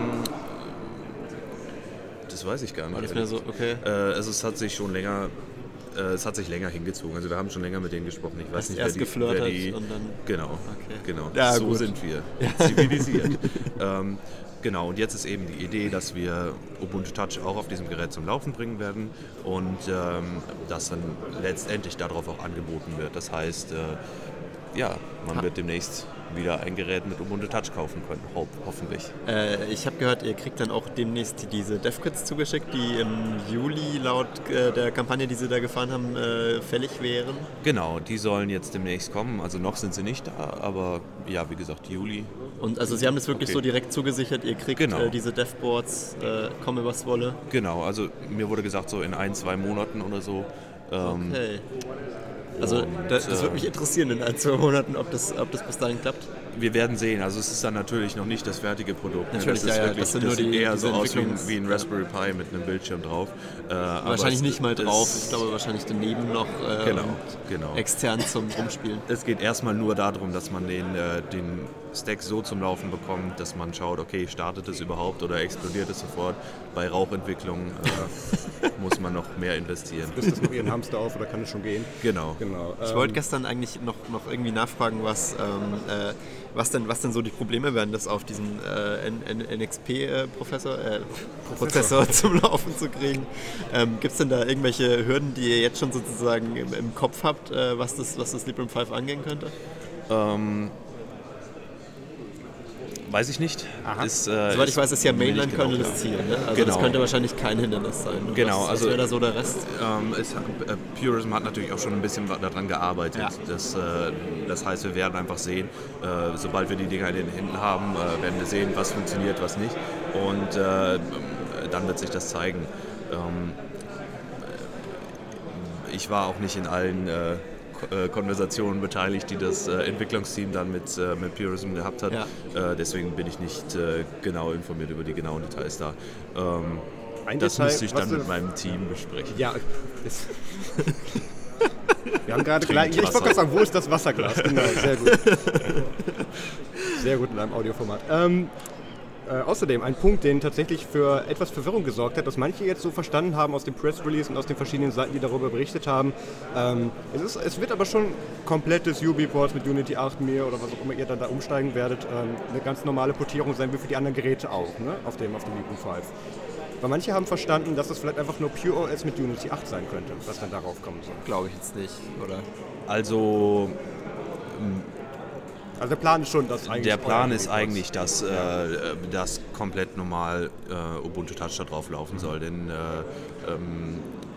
Das weiß ich gar nicht. War das mehr so, okay. Äh, also es hat sich schon länger, äh, es hat sich länger hingezogen. Also wir haben schon länger mit denen gesprochen. Ich weiß Hast nicht, erst wer die, geflirtet wer die, und dann- genau, Okay. genau. Ja, so gut. sind wir zivilisiert. ähm, genau. Und jetzt ist eben die Idee, dass wir Ubuntu Touch auch auf diesem Gerät zum Laufen bringen werden und ähm, dass dann letztendlich darauf auch angeboten wird. Das heißt, äh, ja, man wird demnächst wieder ein Gerät mit Ubuntu Touch kaufen können, ho hoffentlich. Äh, ich habe gehört, ihr kriegt dann auch demnächst diese DevKits zugeschickt, die im Juli laut äh, der Kampagne, die sie da gefahren haben, äh, fällig wären. Genau, die sollen jetzt demnächst kommen. Also noch sind sie nicht da, aber ja, wie gesagt, Juli. Und also sie haben das wirklich Okay. so direkt zugesichert, ihr kriegt Genau. äh, diese Devboards, äh, komme was wolle. Genau, also mir wurde gesagt, so in ein, zwei Monaten oder so. Ähm, Okay. Also und, das, das äh, würde mich interessieren in ein, zwei Monaten, ob das, ob das bis dahin klappt. Wir werden sehen. Also es ist dann natürlich noch nicht das fertige Produkt. ne? Natürlich, das ist ja, ja, wirklich, das sind nur sieht die- eher diese so aus wie, ein- Entwicklungs- wie ein Raspberry Pi mit einem Bildschirm drauf. Äh, aber Wahrscheinlich es- nicht mal drauf, es- ich glaube wahrscheinlich daneben noch äh, Genau, und genau. extern zum Rumspielen. Es geht erstmal nur darum, dass man den, äh, den Stack so zum Laufen bekommt, dass man schaut, okay, startet es überhaupt oder explodiert es sofort. Bei Rauchentwicklung äh, muss man noch mehr investieren. Frisst das noch Ihren Hamster auf oder kann es schon gehen? Genau. Genau. Ich ähm, wollte gestern eigentlich noch, noch irgendwie nachfragen, was, ähm, äh, was, denn, was denn so die Probleme wären, das auf diesen äh, N X P-Professor, äh, Prozessor zum Laufen zu kriegen. Ähm, Gibt es denn da irgendwelche Hürden, die ihr jetzt schon sozusagen im, im Kopf habt, äh, was, das, was das Librem fünf angehen könnte? Ähm, weiß ich nicht. Ist, äh, Soweit ich weiß, ist ja mir nicht Mainline-Kernel genau das klar. Ziel. Ne? Also Genau. das könnte wahrscheinlich kein Hindernis sein. Und Genau, was, was also- wäre da so der Rest? Ähm, es, hat- äh, Purism hat natürlich auch schon ein bisschen daran gearbeitet. Ja. Das, äh, das heißt, wir werden einfach sehen, äh, sobald wir die Dinger in den Händen haben, äh, werden wir sehen, was funktioniert, was nicht. Und äh, dann wird sich das zeigen. Ähm, ich war auch nicht in allen äh, Ko- äh, Konversationen beteiligt, die das äh, Entwicklungsteam dann mit, äh, mit Purism gehabt hat. Ja. Äh, deswegen bin ich nicht äh, genau informiert über die genauen Details da. Ähm, Ein Das Detail, müsste ich was dann du- mit meinem Team besprechen. Ja, ist wir haben gerade gleich. Ich wollte Wasser. gerade sagen, wo ist das Wasserglas? Genau, sehr gut. Sehr gut in einem Audioformat. Ähm, äh, außerdem ein Punkt, den tatsächlich für etwas Verwirrung gesorgt hat, dass manche jetzt so verstanden haben aus dem Press Release und aus den verschiedenen Seiten, die darüber berichtet haben. Ähm, es, ist, es wird aber schon komplettes UbiPorts mit Unity acht Mir oder was auch immer ihr dann da umsteigen werdet, ähm, eine ganz normale Portierung sein wie für die anderen Geräte auch, ne? auf dem, auf dem Librem fünf. Weil manche haben verstanden, dass es vielleicht einfach nur PureOS mit Unity acht sein könnte, was dann darauf kommen soll. Glaube ich jetzt nicht, oder? Also Also der Plan ist schon, dass eigentlich... der Plan euer ist UbiPorts- eigentlich, dass äh, das komplett normal äh, Ubuntu Touch da drauf laufen soll, denn äh, ähm,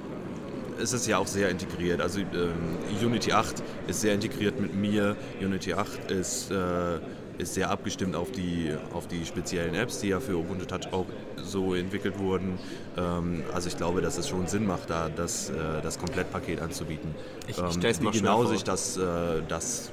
es ist ja auch sehr integriert. Also ähm, Unity acht ist sehr integriert mit mir, Unity acht ist, äh, ist sehr abgestimmt auf die, auf die speziellen Apps, die ja für Ubuntu Touch auch so entwickelt wurden. Ähm, also ich glaube, dass es schon Sinn macht, da das, äh, das Komplettpaket anzubieten. Ich- ich Ähm, stell's mir wie schwer genau vor. sich das, äh, das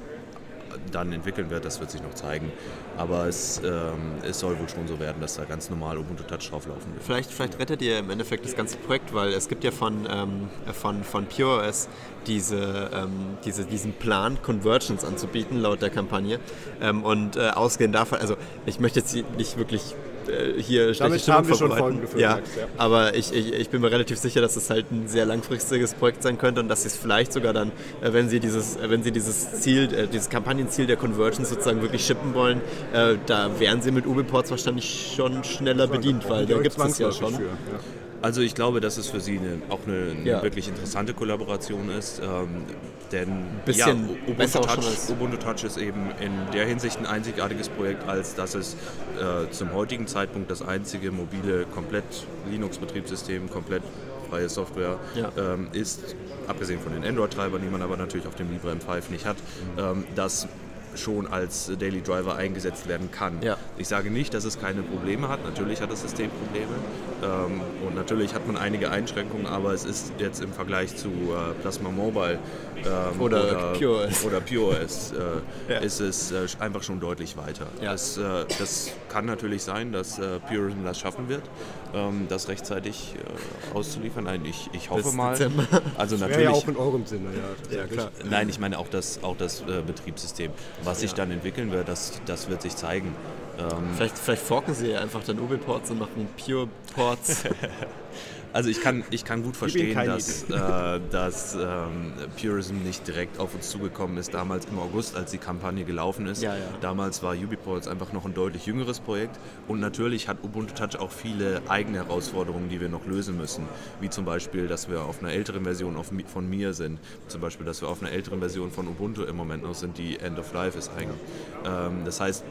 dann entwickeln wird, das wird sich noch zeigen. Aber es, ähm, es soll wohl schon so werden, dass da ganz normal Ubuntu Touch drauflaufen wird. Vielleicht, vielleicht rettet ihr im Endeffekt das ganze Projekt, weil es gibt ja von, ähm, von, von PureOS diese, ähm, diese, diesen Plan, Convergence anzubieten, laut der Kampagne. Ähm, und äh, ausgehend davon, also ich möchte jetzt nicht wirklich äh, hier schlechte Damit Stimmung haben wir schon verbreiten. Folgen geführt, ja, Max, ja. aber ich, ich, ich bin mir relativ sicher, dass es halt ein sehr langfristiges Projekt sein könnte und dass sie es vielleicht sogar dann, äh, wenn sie dieses, äh, wenn sie dieses Ziel, äh, dieses Kampagnenziel der Convergence sozusagen wirklich shippen wollen, äh, da wären sie mit UbiPorts wahrscheinlich schon schneller bedient, weil da gibt es ja schon. Für, ja. Also ich glaube, dass es für sie eine, auch eine, eine Ja. wirklich interessante Kollaboration ist, ähm, denn Bisschen ja, Ubuntu, besser auch schon Touch, als- Ubuntu Touch ist eben in der Hinsicht ein einzigartiges Projekt, als dass es äh, zum heutigen Zeitpunkt das einzige mobile, komplett Linux-Betriebssystem, komplett freie Software Ja. ähm, ist, abgesehen von den Android-Treibern, die man aber natürlich auf dem Librem fünf nicht hat, ähm, das schon als Daily Driver eingesetzt werden kann. Ja. Ich sage nicht, dass es keine Probleme hat. Natürlich hat das System Probleme ähm, und natürlich hat man einige Einschränkungen, aber es ist jetzt im Vergleich zu äh, Plasma Mobile ähm, Oder PureOS. oder PureOS äh, Ja. ist es äh, einfach schon deutlich weiter. Ja. Es, äh, das kann natürlich sein, dass äh, Purism das schaffen wird, ähm, das rechtzeitig äh, auszuliefern. Nein, ich, ich hoffe Bis mal. Dezember. Also Wäre natürlich. ja auch in eurem Sinne, ja. Ja, klar. Nein, ich meine auch das, auch das äh, Betriebssystem. Was sich dann entwickeln wird, das, das wird sich zeigen. Ähm, Vielleicht, vielleicht forken sie einfach dann UbiPorts und machen PurePorts. also ich kann, ich kann gut verstehen, keine dass, äh, dass ähm, Purism nicht direkt auf uns zugekommen ist, damals im August, als die Kampagne gelaufen ist. Ja, ja. Damals war UbiPorts einfach noch ein deutlich jüngeres Projekt und natürlich hat Ubuntu Touch auch viele eigene Herausforderungen, die wir noch lösen müssen. Wie zum Beispiel, dass wir auf einer älteren Version auf, Mi- von Mir sind. Zum Beispiel, dass wir auf einer älteren Version von Ubuntu im Moment noch sind, die End of Life ist eigentlich. Ähm, das heißt,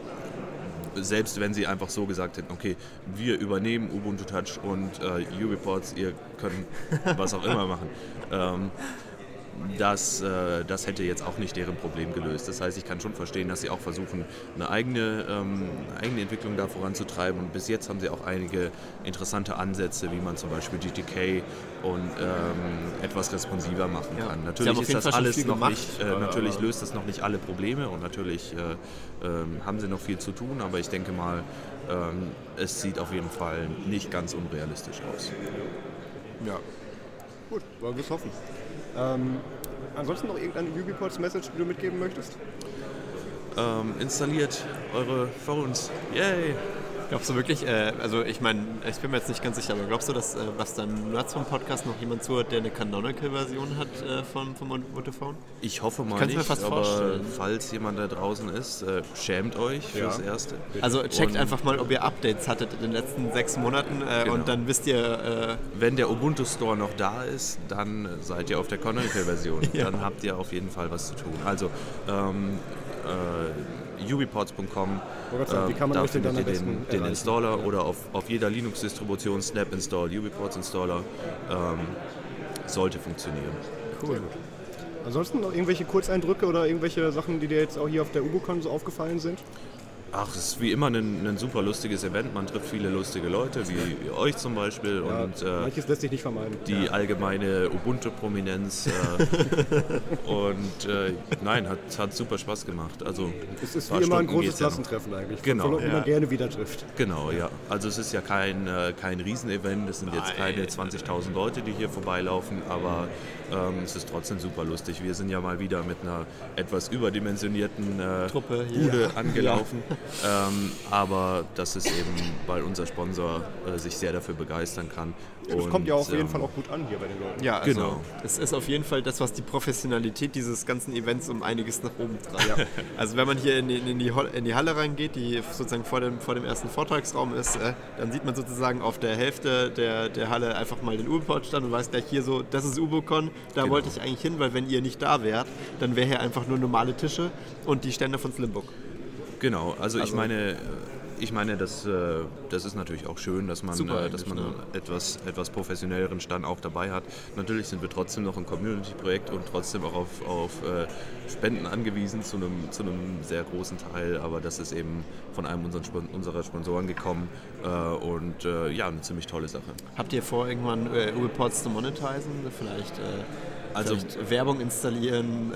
selbst wenn sie einfach so gesagt hätten, okay, wir übernehmen Ubuntu Touch und äh, UbiPorts, ihr könnt was auch immer machen, ähm, das, äh, das hätte jetzt auch nicht deren Problem gelöst. Das heißt, ich kann schon verstehen, dass sie auch versuchen, eine eigene, ähm, eine eigene Entwicklung da voranzutreiben. Und bis jetzt haben sie auch einige interessante Ansätze, wie man zum Beispiel G T K und ähm, etwas responsiver machen Ja. kann. Sie haben Natürlich auf ist jeden das Fall schon alles viel noch gemacht, nicht, äh, aber- natürlich löst das noch nicht alle Probleme und natürlich äh, ähm, haben sie noch viel zu tun, aber ich denke mal, ähm, es sieht auf jeden Fall nicht ganz unrealistisch aus. Ja. Gut, wollen wir es hoffen. Ähm, ansonsten noch irgendeine UbiPorts-Message, die du mitgeben möchtest? Ähm, installiert eure Phones. Yay! Glaubst du wirklich, äh, also ich meine, ich bin mir jetzt nicht ganz sicher, aber glaubst du, dass äh, was dann Nerds vom Podcast noch jemand zuhört, der eine Canonical-Version hat äh, von, vom Ubuntu Phone? Ich hoffe mal kann's mir nicht, fast aber vorstellen. falls jemand da draußen ist, äh, schämt euch fürs Ja. Erste. Also checkt Und einfach mal, ob ihr Updates hattet in den letzten sechs Monaten äh, Genau. und dann wisst ihr, äh, Wenn der Ubuntu Store noch da ist, dann seid ihr auf der Canonical-Version. Ja. Dann habt ihr auf jeden Fall was zu tun. Also ähm, äh, ubiports punkt com, Wollte gerade sagen, wie kann man da euch denn dann findet ihr am den, besten den erreichen? Installer oder auf, auf jeder Linux-Distribution Snap Install, Ubiports Installer. Ähm, sollte funktionieren. Cool. Ansonsten noch irgendwelche Kurzeindrücke oder irgendwelche Sachen, die dir jetzt auch hier auf der UbuCon so aufgefallen sind? Ach, es ist wie immer ein, ein super lustiges Event. Man trifft viele lustige Leute, wie euch zum Beispiel. Ja, und äh, manches lässt sich nicht vermeiden. die Ja. allgemeine Ubuntu-Prominenz. Äh, und äh, nein, hat, hat super Spaß gemacht. Also, Es ist paar wie immer ein Stunden großes geht's ja noch. Klassentreffen eigentlich, Genau. von Leuten, die man Ja. gerne wieder trifft. Genau, ja. Also es ist ja kein, äh, kein Riesenevent, es sind jetzt keine zwanzigtausend Leute, die hier vorbeilaufen, aber ähm, es ist trotzdem super lustig. Wir sind ja mal wieder mit einer etwas überdimensionierten äh, Truppe hier. Bude angelaufen, ähm, aber das ist eben, weil unser Sponsor äh, sich sehr dafür begeistern kann. Das Und, kommt ja auf jeden ähm, Fall auch gut an hier bei den Leuten. Ja, also Genau. es ist auf jeden Fall das, was die Professionalität dieses ganzen Events um einiges nach oben treibt. Also wenn man hier in die, in, die, Hol- in die Halle reingeht, die sozusagen vor dem, vor dem ersten Vortragsraum ist, äh, dann sieht man sozusagen auf der Hälfte der, der Halle einfach mal den Ubipod-Stand und weiß gleich hier so, das ist Ubocon, da Genau. wollte ich eigentlich hin, weil wenn ihr nicht da wärt, dann wäre hier einfach nur normale Tische und die Stände von Slimbook. Genau, also, ich Also- meine, ich meine, das, äh, das ist natürlich auch schön, dass man, Super äh, dass man eigentlich, etwas, etwas professionelleren Stand auch dabei hat. Natürlich sind wir trotzdem noch ein Community-Projekt und trotzdem auch auf, auf äh, Spenden angewiesen zu einem, zu einem sehr großen Teil, aber das ist eben von einem unseren, Spon- unserer Sponsoren gekommen äh, und äh, ja, eine ziemlich tolle Sache. Habt ihr vor, irgendwann äh, Ubipods zu monetisieren? Vielleicht, äh, Also- vielleicht Werbung installieren?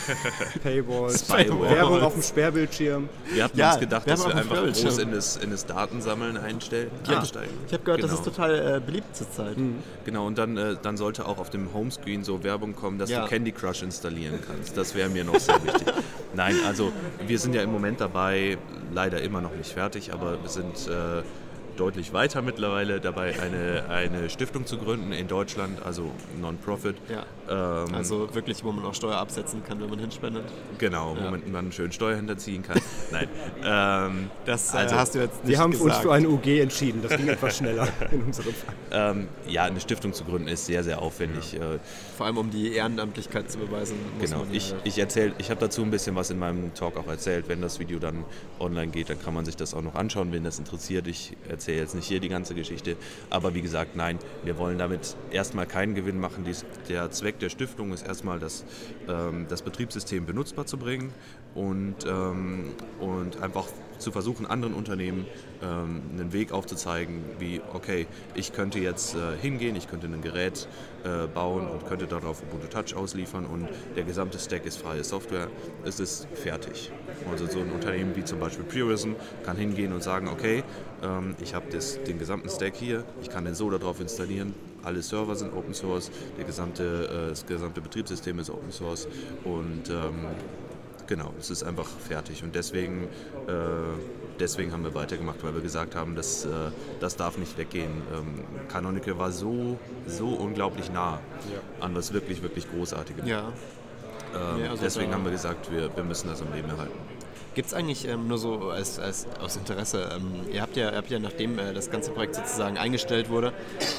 Paywalls, Paywalls. Werbung auf dem Sperrbildschirm. Wir hatten Ja, uns gedacht, wir dass haben wir auch einfach einen groß Bildschirm. in das, in das Datensammeln einstellen, Ja, einsteigen. ich habe gehört, genau. das ist total äh, beliebt zurzeit. Genau, und dann, äh, dann sollte auch auf dem Homescreen so Werbung kommen, dass Ja. du Candy Crush installieren kannst. Das wäre mir noch sehr wichtig. Nein, also wir sind ja im Moment dabei, leider immer noch nicht fertig, aber wir sind äh, deutlich weiter mittlerweile dabei, eine, eine Stiftung zu gründen in Deutschland, also Non-Profit. Ja. Ähm, Also wirklich, wo man auch Steuer absetzen kann, wenn man hinspendet. genau, ja. womit man schön Steuer hinterziehen kann. Nein, ähm, Das äh, Also, hast du jetzt nicht Wir haben gesagt. uns für eine U G entschieden. Das ging etwas schneller in unserem Fall. ähm, ja, eine Stiftung zu gründen ist sehr, sehr aufwendig. Äh, Vor allem, um die Ehrenamtlichkeit zu beweisen, muss Genau, man ich, halt- ich, erzähl, ich habe dazu ein bisschen was in meinem Talk auch erzählt. Wenn das Video dann online geht, dann kann man sich das auch noch anschauen, wenn das interessiert. Ich erzähle jetzt nicht hier die ganze Geschichte, aber wie gesagt, nein, wir wollen damit erstmal keinen Gewinn machen. Dies, der Zweck der Stiftung ist erstmal, das, ähm, das Betriebssystem benutzbar zu bringen und, ähm, und einfach zu versuchen, anderen Unternehmen ähm, einen Weg aufzuzeigen, wie, okay, ich könnte jetzt äh, hingehen, ich könnte ein Gerät äh, bauen und könnte darauf Ubuntu Touch ausliefern und der gesamte Stack ist freie Software, es ist fertig. Also so ein Unternehmen wie zum Beispiel Purism kann hingehen und sagen, okay, ähm, ich habe den gesamten Stack hier, ich kann den so darauf installieren, alle Server sind Open Source, der gesamte, äh, das gesamte Betriebssystem ist Open Source und ähm, genau, es ist einfach fertig und deswegen, äh, deswegen haben wir weitergemacht, weil wir gesagt haben, dass, äh, das darf nicht weggehen. Ähm, Canonical war so, so unglaublich nah an was wirklich, wirklich Großartigem. Ja. Ähm, Ja, also deswegen da- haben wir gesagt, wir, wir müssen das am Leben erhalten. Gibt es eigentlich ähm, nur so als, als, aus Interesse, ähm, ihr habt ja, ihr habt ja nachdem äh, das ganze Projekt sozusagen eingestellt wurde,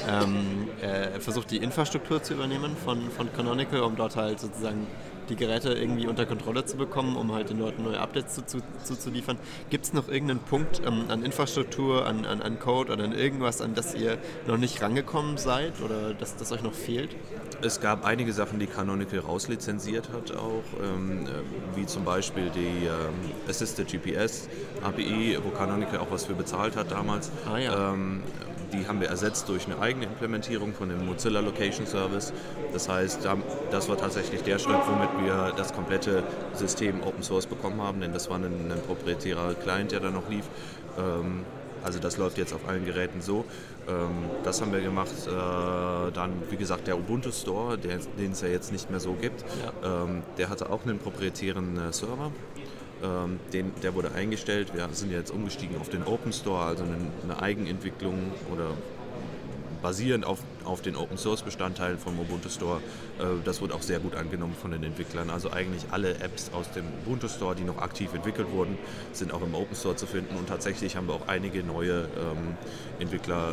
ähm, äh, versucht die Infrastruktur zu übernehmen von, von Canonical, um dort halt sozusagen die Geräte irgendwie unter Kontrolle zu bekommen, um halt den Leuten neue Updates zuzuliefern. Zu, zu liefern. Gibt es noch irgendeinen Punkt ähm, an Infrastruktur, an, an, an Code oder an irgendwas, an das ihr noch nicht rangekommen seid oder das, das euch noch fehlt? Es gab einige Sachen, die Canonical rauslizenziert hat auch, ähm, wie zum Beispiel die ähm, Assisted G P S A P I, wo Canonical auch was für bezahlt hat damals. Ah, ja. ähm, die haben wir ersetzt durch eine eigene Implementierung von dem Mozilla Location Service. Das heißt, das war tatsächlich der Schritt, womit wir das komplette System Open Source bekommen haben, denn das war ein, ein proprietärer Client, der da noch lief. Ähm, Also das läuft jetzt auf allen Geräten so. Ähm, das haben wir gemacht. Äh, dann, wie gesagt, der Ubuntu Store, der, den es ja jetzt nicht mehr so gibt, Ja. ähm, der hatte auch einen proprietären äh, Server. Ähm, den, der wurde eingestellt. Wir sind jetzt umgestiegen auf den Open Store, also eine, eine Eigenentwicklung oder basierend auf, auf den Open-Source-Bestandteilen vom Ubuntu Store. Äh, das wurde auch sehr gut angenommen von den Entwicklern. Also eigentlich alle Apps aus dem Ubuntu Store, die noch aktiv entwickelt wurden, sind auch im Open Store zu finden. Und tatsächlich haben wir auch einige neue ähm, Entwickler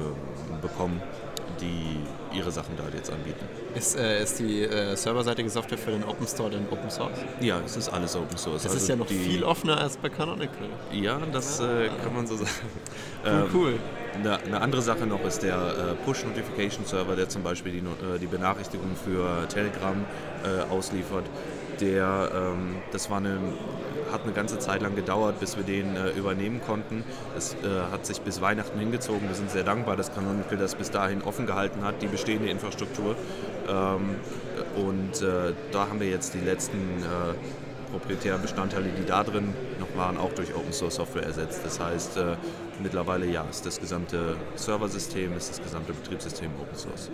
äh, bekommen, die ihre Sachen da jetzt anbieten. Ist, äh, ist die äh, serverseitige Software für den Open Store denn Open Source? Ja, es ist alles Open Source. Das Also ist ja noch die, viel offener als bei Canonical. Ja, das äh, kann man so sagen. Cool, Ähm, cool. Eine, eine andere Sache noch ist der äh, Push-Notification-Server, der zum Beispiel die, No- äh, die Benachrichtigungen für Telegram äh, ausliefert. Der, ähm, das war eine, hat eine ganze Zeit lang gedauert, bis wir den äh, übernehmen konnten. Es äh, hat sich bis Weihnachten hingezogen. Wir sind sehr dankbar, dass Canonical das bis dahin offen gehalten hat, die bestehende Infrastruktur. Ähm, und äh, da haben wir jetzt die letzten äh, proprietären Bestandteile, die da drin noch waren, auch durch Open Source Software ersetzt. Das heißt, äh, mittlerweile ja, ist das gesamte Serversystem, ist das gesamte Betriebssystem Open Source.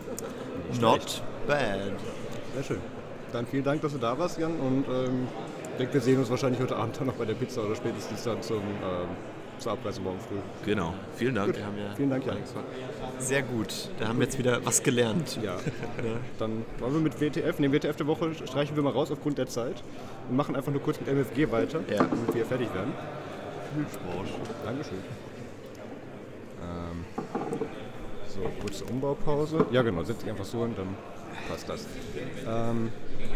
Not bad. Sehr schön. Dann vielen Dank, dass du da warst, Jan. Und ähm, ich denke, wir sehen uns wahrscheinlich heute Abend dann noch bei der Pizza oder spätestens dann zum, ähm, zur Abreise morgen früh. Genau. Vielen Dank. Wir haben ja Vielen Dank, Jan. Sehr gut. Da haben wir jetzt wieder was gelernt. Ja. Dann wollen wir mit W T F, den W T F der Woche streichen wir mal raus aufgrund der Zeit und machen einfach nur kurz mit M F G weiter, Ja. damit wir fertig werden. Viel Spaß. Dankeschön. Ähm, so, kurze Umbaupause. Ja genau, setz dich einfach so und dann passt das. Ähm,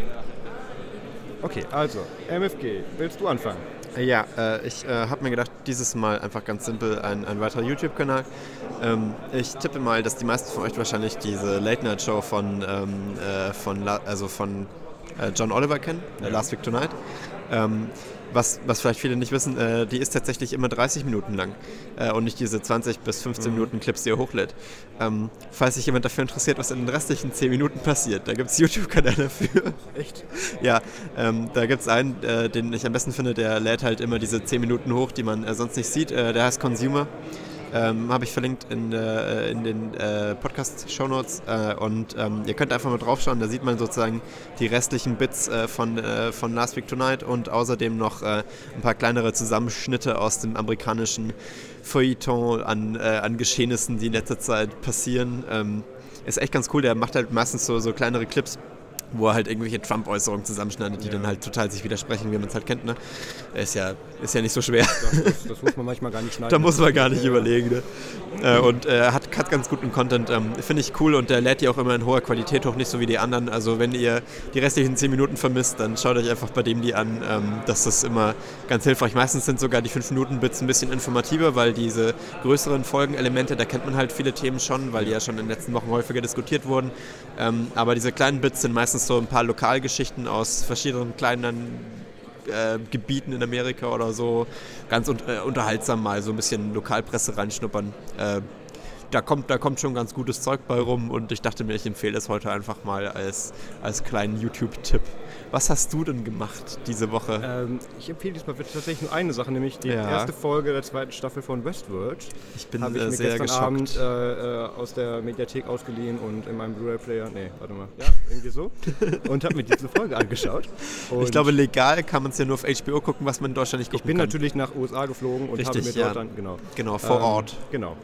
okay, also, M F G, willst du anfangen? Ja, äh, ich äh, habe mir gedacht, dieses Mal einfach ganz simpel ein, ein weiterer YouTube-Kanal. Ähm, ich tippe mal, dass die meisten von euch wahrscheinlich diese Late-Night-Show von, ähm, äh, von, La- also von äh, John Oliver kennen, ja. Last Week Tonight. Ähm, was, was vielleicht viele nicht wissen, äh, die ist tatsächlich immer dreißig Minuten lang äh, und nicht diese zwanzig bis fünfzehn mhm. Minuten Clips, die er hochlädt. Ähm, falls sich jemand dafür interessiert, was in den restlichen zehn Minuten passiert, da gibt es YouTube-Kanäle für. Echt? Ja, ähm, da gibt es einen, äh, den ich am besten finde, der lädt halt immer diese zehn Minuten hoch, die man äh, sonst nicht sieht. Äh, der heißt Consumer. Ähm, habe ich verlinkt in, äh, in den äh, Podcast-Shownotes äh, und ähm, ihr könnt einfach mal drauf schauen, da sieht man sozusagen die restlichen Bits äh, von, äh, von Last Week Tonight und außerdem noch äh, ein paar kleinere Zusammenschnitte aus dem amerikanischen Feuilleton an, äh, an Geschehnissen, die in letzter Zeit passieren. Ähm, ist echt ganz cool, der macht halt meistens so, so kleinere Clips, wo er halt irgendwelche Trump-Äußerungen zusammenschneidet, die ja. dann halt total sich widersprechen, wie man es halt kennt. Ne? Ist ja, ist ja nicht so schwer. Das, das, das muss man manchmal gar nicht schneiden. Da muss man gar nicht ja. überlegen. Ne? Äh, und er äh, hat, hat ganz guten Content, ähm, finde ich cool und der lädt die auch immer in hoher Qualität hoch, nicht so wie die anderen. Also wenn ihr die restlichen zehn Minuten vermisst, dann schaut euch einfach bei dem die an. Ähm, das ist immer ganz hilfreich. Meistens sind sogar die fünf Minuten Bits ein bisschen informativer, weil diese größeren Folgenelemente, da kennt man halt viele Themen schon, weil die ja schon in den letzten Wochen häufiger diskutiert wurden. Ähm, aber diese kleinen Bits sind meistens so ein paar Lokalgeschichten aus verschiedenen kleinen äh, Gebieten in Amerika oder so. Ganz un- äh, unterhaltsam mal so ein bisschen Lokalpresse reinschnuppern. Äh, da kommt, da kommt schon ganz gutes Zeug bei rum und ich dachte mir, ich empfehle es heute einfach mal als, als kleinen YouTube-Tipp. Was hast du denn gemacht diese Woche? Ähm, ich empfehle diesmal tatsächlich nur eine Sache, nämlich die ja. erste Folge der zweiten Staffel von Westworld. Ich bin Habe ich äh, mir sehr gestern geschockt. Abend äh, aus der Mediathek ausgeliehen und in meinem Blu-ray-Player, nee, warte mal, ja, irgendwie so, und habe mir diese Folge angeschaut. Und ich glaube, legal kann man es ja nur auf H B O gucken, was man in Deutschland nicht gucken Ich bin kann. natürlich nach U S A geflogen und Richtig, habe mir ja. dort dann, genau. Genau, vor ähm, Ort. Genau.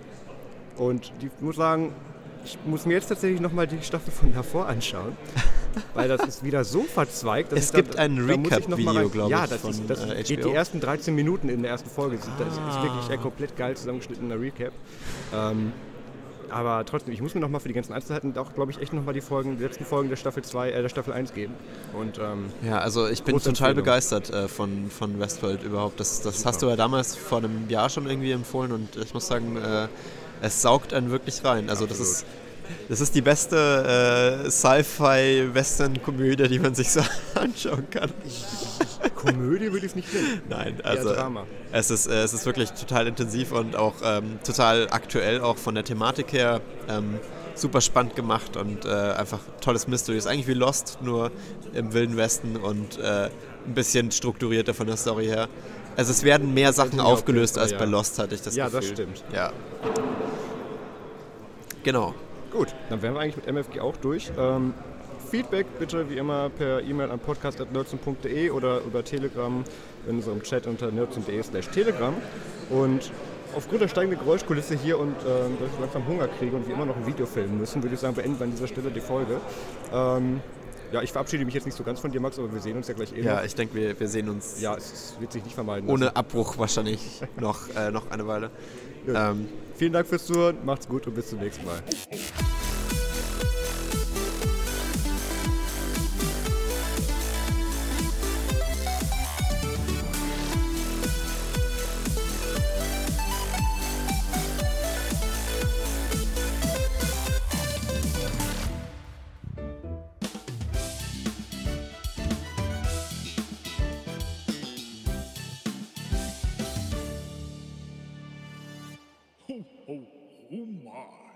Und die, ich muss sagen, ich muss mir jetzt tatsächlich nochmal die Staffel von davor anschauen, weil das ist wieder so verzweigt. Dass Es ich gibt da, ein da muss ich noch mal Recap-Video, rein- glaube ja, ich, das von ist, das äh, geht H B O. die ersten dreizehn Minuten in der ersten Folge. Das Ah. ist wirklich ein komplett geil zusammengeschnittener Recap. Ähm, aber trotzdem, ich muss mir nochmal für die ganzen Einzelheiten auch, glaube ich, echt nochmal die Folgen, die letzten Folgen der Staffel zwei, äh, der Staffel eins geben. Und, ähm, Ja, also ich bin große total Empfehlung. begeistert äh, von, von Westworld überhaupt. Das, das hast du ja damals vor einem Jahr schon irgendwie empfohlen und ich muss sagen, äh, es saugt einen wirklich rein. Also das ist, das ist die beste äh, Sci-Fi-Western-Komödie, die man sich so anschauen kann. Komödie würde ich es nicht nennen. Nein, Eher also Drama. es ist, äh, es ist wirklich total intensiv und auch ähm, total aktuell, auch von der Thematik her. Ähm, super spannend gemacht und äh, einfach tolles Mystery. Ist eigentlich wie Lost, nur im Wilden Westen und äh, ein bisschen strukturierter von der Story her. Also es werden mehr Sachen Ja, aufgelöst auf als jeden bei Fall, ja. Lost, hatte ich das Ja, Gefühl. das stimmt. Ja. Genau. Gut, dann wären wir eigentlich mit M F G auch durch. Ähm, Feedback bitte wie immer per E-Mail an podcast at nerdsum punkt de oder über Telegram in unserem Chat unter nerdsum punkt de slash telegram. Und aufgrund der steigenden Geräuschkulisse hier und ähm, dass ich langsam Hunger kriege und wir immer noch ein Video filmen müssen, würde ich sagen, beenden wir an dieser Stelle die Folge. Ähm, ja, ich verabschiede mich jetzt nicht so ganz von dir, Max, aber wir sehen uns ja gleich eh Ja, noch. ich denke, wir, wir sehen uns Ja, es wird sich nicht vermeiden ohne lassen. Abbruch wahrscheinlich noch, äh, noch eine Weile. Gut. Ähm, Vielen Dank fürs Zuhören, macht's gut und bis zum nächsten Mal. Humor.